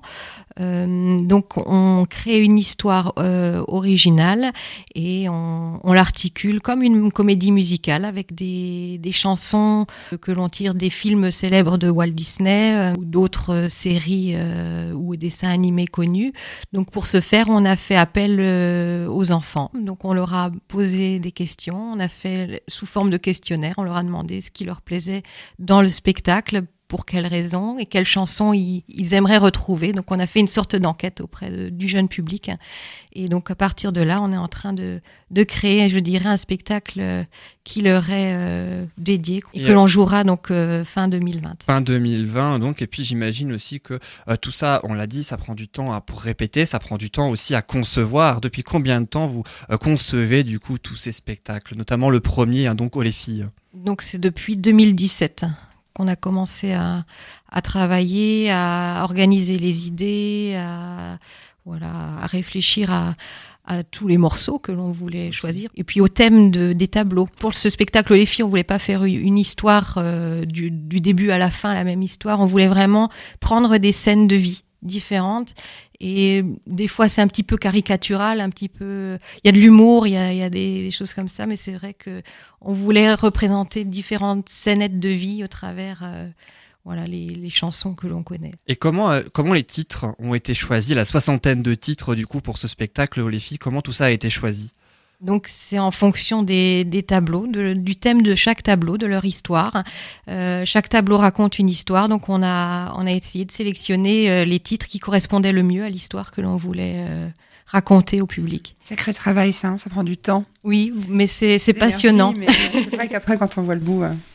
Donc on crée une histoire originale et on l'articule comme une comédie musicale avec des chansons que l'on tire des films célèbres de Walt Disney ou d'autres séries ou dessins animés connus. Donc pour ce faire, on a fait appel aux enfants. Donc on leur a posé des questions, on a fait sous forme de questionnaire, on leur a demandé ce qui leur plaisait dans le spectacle, pour quelles raisons et quelles chansons ils aimeraient retrouver. Donc on a fait une sorte d'enquête auprès du jeune public. Et donc à partir de là, on est en train de créer, je dirais, un spectacle qui leur est dédié et que l'on jouera donc fin 2020. Fin 2020 donc, et puis j'imagine aussi que tout ça, on l'a dit, ça prend du temps pour répéter, ça prend du temps aussi à concevoir. Depuis combien de temps vous concevez du coup tous ces spectacles, notamment le premier, donc Oh les filles? Donc c'est depuis 2017 qu'on a commencé à travailler, à organiser les idées, à réfléchir à tous les morceaux que l'on voulait choisir. Et puis au thème des tableaux. Pour ce spectacle Les filles, on voulait pas faire une histoire du début à la fin, la même histoire. On voulait vraiment prendre des scènes de vie différentes. Et des fois, c'est un petit peu caricatural, un petit peu... Il y a de l'humour, il y a des choses comme ça, mais c'est vrai que on voulait représenter différentes scénettes de vie au travers... les chansons que l'on connaît. Et comment les titres ont été choisis, la 60aine de titres du coup pour ce spectacle Les filles, comment tout ça a été choisi? Donc c'est en fonction des tableaux, du thème de chaque tableau, de leur histoire. Chaque tableau raconte une histoire, donc on a essayé de sélectionner les titres qui correspondaient le mieux à l'histoire que l'on voulait raconter au public. Sacré travail ça prend du temps. Oui, mais c'est passionnant. Mais c'est vrai qu'après quand on voit le bout...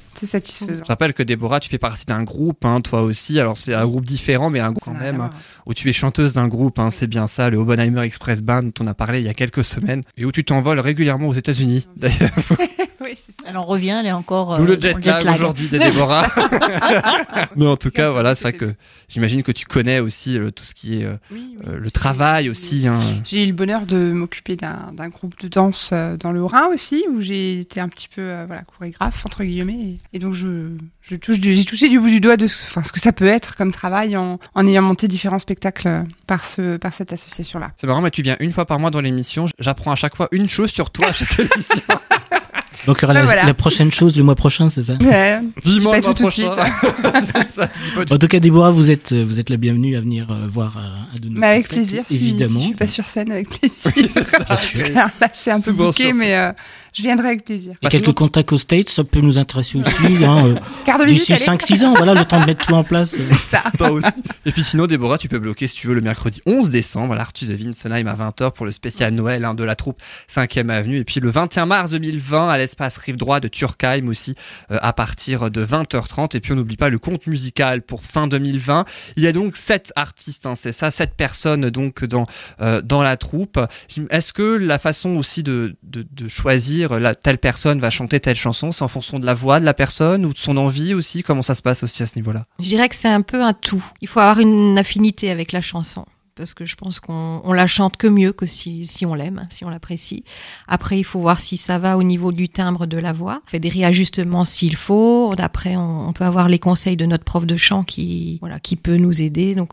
c'est satisfaisant. Je rappelle que Déborah, tu fais partie d'un groupe, hein, toi aussi. Alors c'est un groupe différent, mais un groupe quand Ça n'a rien même, à hein, voir. où tu es chanteuse d'un groupe. Hein, c'est bien ça, le Oppenheimer Express Band, dont on a parlé il y a quelques semaines, et où tu t'envoles régulièrement aux États-Unis. D'ailleurs, Oui, c'est ça. Elle en revient, elle est encore. d'où le dans jet lag aujourd'hui de Déborah. Mais en tout cas, voilà, c'est vrai que j'imagine que tu connais aussi tout ce qui est Oui, le travail aussi. Hein. J'ai eu le bonheur de m'occuper d'un groupe de danse dans le Haut-Rhin aussi, où j'ai été un petit peu chorégraphe, entre guillemets. Et donc, j'ai touché du bout du doigt de ce que ça peut être comme travail en ayant monté différents spectacles par cette association-là. C'est marrant, mais tu viens une fois par mois dans l'émission. J'apprends à chaque fois une chose sur toi à chaque émission. Donc il y aura voilà. la prochaine chose le mois prochain, c'est ça? Dis-moi pas le mois tout de suite. prochain. C'est ça, tu dis pas du En tout cas, Déborah, vous êtes la bienvenue à venir voir un de nos Mais avec spectacles, plaisir, évidemment. si je suis pas sur scène, avec plaisir. Parce que là, c'est un peu Souvent bouqué, sur scène. mais je viendrai avec plaisir. Et quelques contacts aux States, ça peut nous intéresser aussi. Carte de visite, D'ici allez. 5-6 ans, voilà, le temps de mettre tout en place. C'est ça. Toi aussi. Et puis sinon, Déborah, tu peux bloquer si tu veux le mercredi 11 décembre à l'Artus de Winsenheim à 20h pour le spécial Noël de la troupe 5e Avenue. Et puis le 21 mars 2020 à l'espace Rive Droit de Turkheim aussi à partir de 20h30. Et puis on n'oublie pas le conte musical pour fin 2020. Il y a donc 7 artistes, hein, c'est ça, 7 personnes donc dans la troupe. Est-ce que la façon aussi de choisir telle personne va chanter telle chanson, c'est en fonction de la voix de la personne ou de son envie aussi? Comment ça se passe aussi à ce niveau-là? Je dirais que c'est un peu un tout. Il faut avoir une affinité avec la chanson. Parce que je pense qu'on la chante que mieux que si on l'aime, si on l'apprécie. Après, il faut voir si ça va au niveau du timbre de la voix. On fait des réajustements s'il faut. Après, on peut avoir les conseils de notre prof de chant qui peut nous aider. Donc,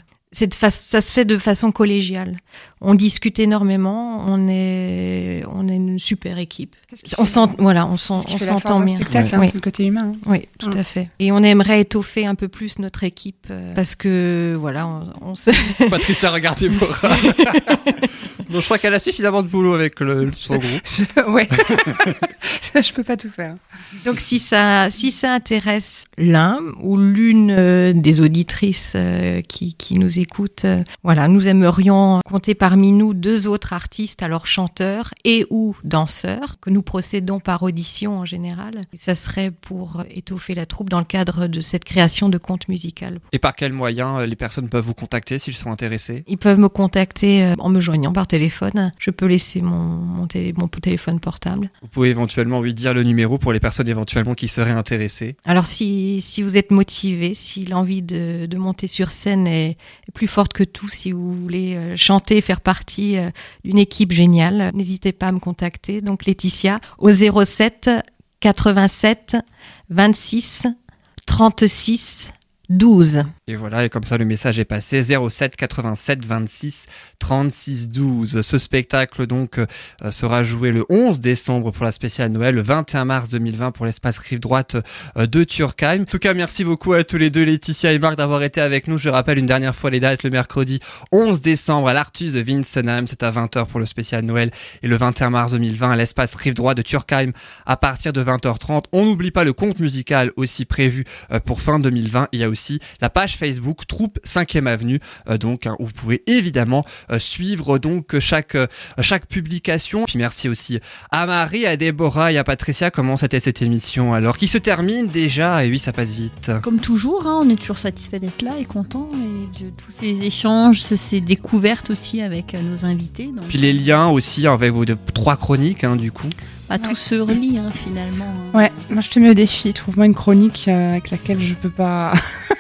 ça se fait de façon collégiale. On discute énormément. On est une super équipe. On s'entend Un bien. spectacle, Oui. c'est le côté humain. Oui, tout à fait. Et on aimerait étoffer un peu plus notre équipe parce que on se... Patricia, regardez Déborah. Bon, je crois qu'elle a suffisamment de boulot avec son groupe. Ouais. Je peux pas tout faire. Donc si ça intéresse l'un ou l'une des auditrices qui nous écoutent, nous aimerions compter parmi nous 2 autres artistes, alors chanteurs et ou danseurs, que nous procédons par audition en général. Et ça serait pour étoffer la troupe dans le cadre de cette création de conte musical. Et par quels moyens les personnes peuvent vous contacter s'ils sont intéressés? Ils peuvent me contacter en me joignant par téléphone. Je peux laisser mon téléphone portable. Vous pouvez éventuellement lui dire le numéro pour les personnes éventuellement qui seraient intéressées. Alors si vous êtes motivé, si l'envie de monter sur scène est plus forte que tout, si vous voulez chanter, faire partie d'une équipe géniale, n'hésitez pas à me contacter. Donc Laetitia au 07 87 26 36 12. Et voilà, et comme ça le message est passé, 07 87 26 36 12. Ce spectacle donc sera joué le 11 décembre pour la spéciale Noël, le 21 mars 2020 pour l'espace Rive Droite de Turkheim. En tout cas, merci beaucoup à tous les deux, Laetitia et Marc, d'avoir été avec nous. Je rappelle une dernière fois les dates, le mercredi 11 décembre à l'Artus de Winsenheim, c'est à 20h pour le spécial Noël, et le 21 mars 2020 à l'espace Rive Droite de Turkheim à partir de 20h30. On n'oublie pas le conte musical aussi prévu pour fin 2020. Il y a aussi la page Facebook Troupe 5e Avenue, où vous pouvez évidemment suivre donc chaque publication. Puis merci aussi à Marie, à Déborah et à Patricia. Comment c'était cette émission alors, qui se termine déjà? Et oui, ça passe vite. Comme toujours, on est toujours satisfait d'être là et content et de tous ces échanges, ces découvertes aussi avec nos invités. Donc, Puis les liens aussi avec vos 3 chroniques du coup. tout se relie finalement. Ouais, moi je te mets au défi. Trouve-moi une chronique avec laquelle je peux pas.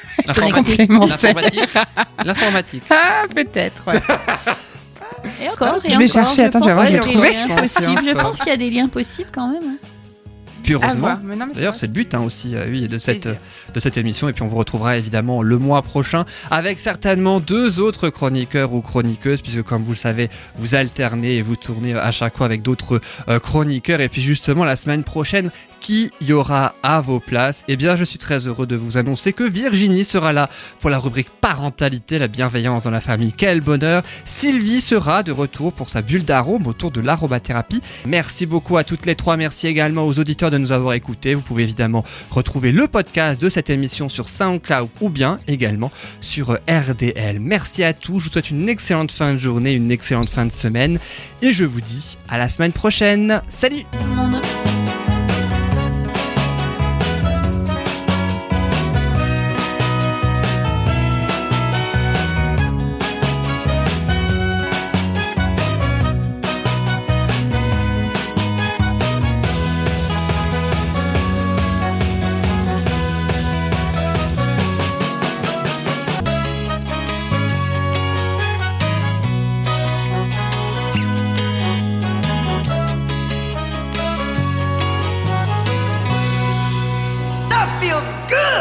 L'informatique. Ah, peut-être, ouais. Et encore, Je vais chercher, attends, je vais voir, je vais trouver. Je pense qu'il y a des liens possibles quand même. Puis heureusement, À voir. Mais non, mais d'ailleurs c'est le but aussi de cette émission, et puis on vous retrouvera évidemment le mois prochain avec certainement 2 autres chroniqueurs ou chroniqueuses, puisque comme vous le savez, vous alternez et vous tournez à chaque fois avec d'autres chroniqueurs. Et puis justement la semaine prochaine, qui y aura à vos places? Eh bien, je suis très heureux de vous annoncer que Virginie sera là pour la rubrique parentalité, la bienveillance dans la famille. Quel bonheur! Sylvie sera de retour pour sa bulle d'arôme autour de l'aromathérapie. Merci beaucoup à toutes les 3. Merci également aux auditeurs de nous avoir écoutés. Vous pouvez évidemment retrouver le podcast de cette émission sur SoundCloud ou bien également sur RDL. Merci à tous. Je vous souhaite une excellente fin de journée, une excellente fin de semaine et je vous dis à la semaine prochaine. Salut! Tout le monde.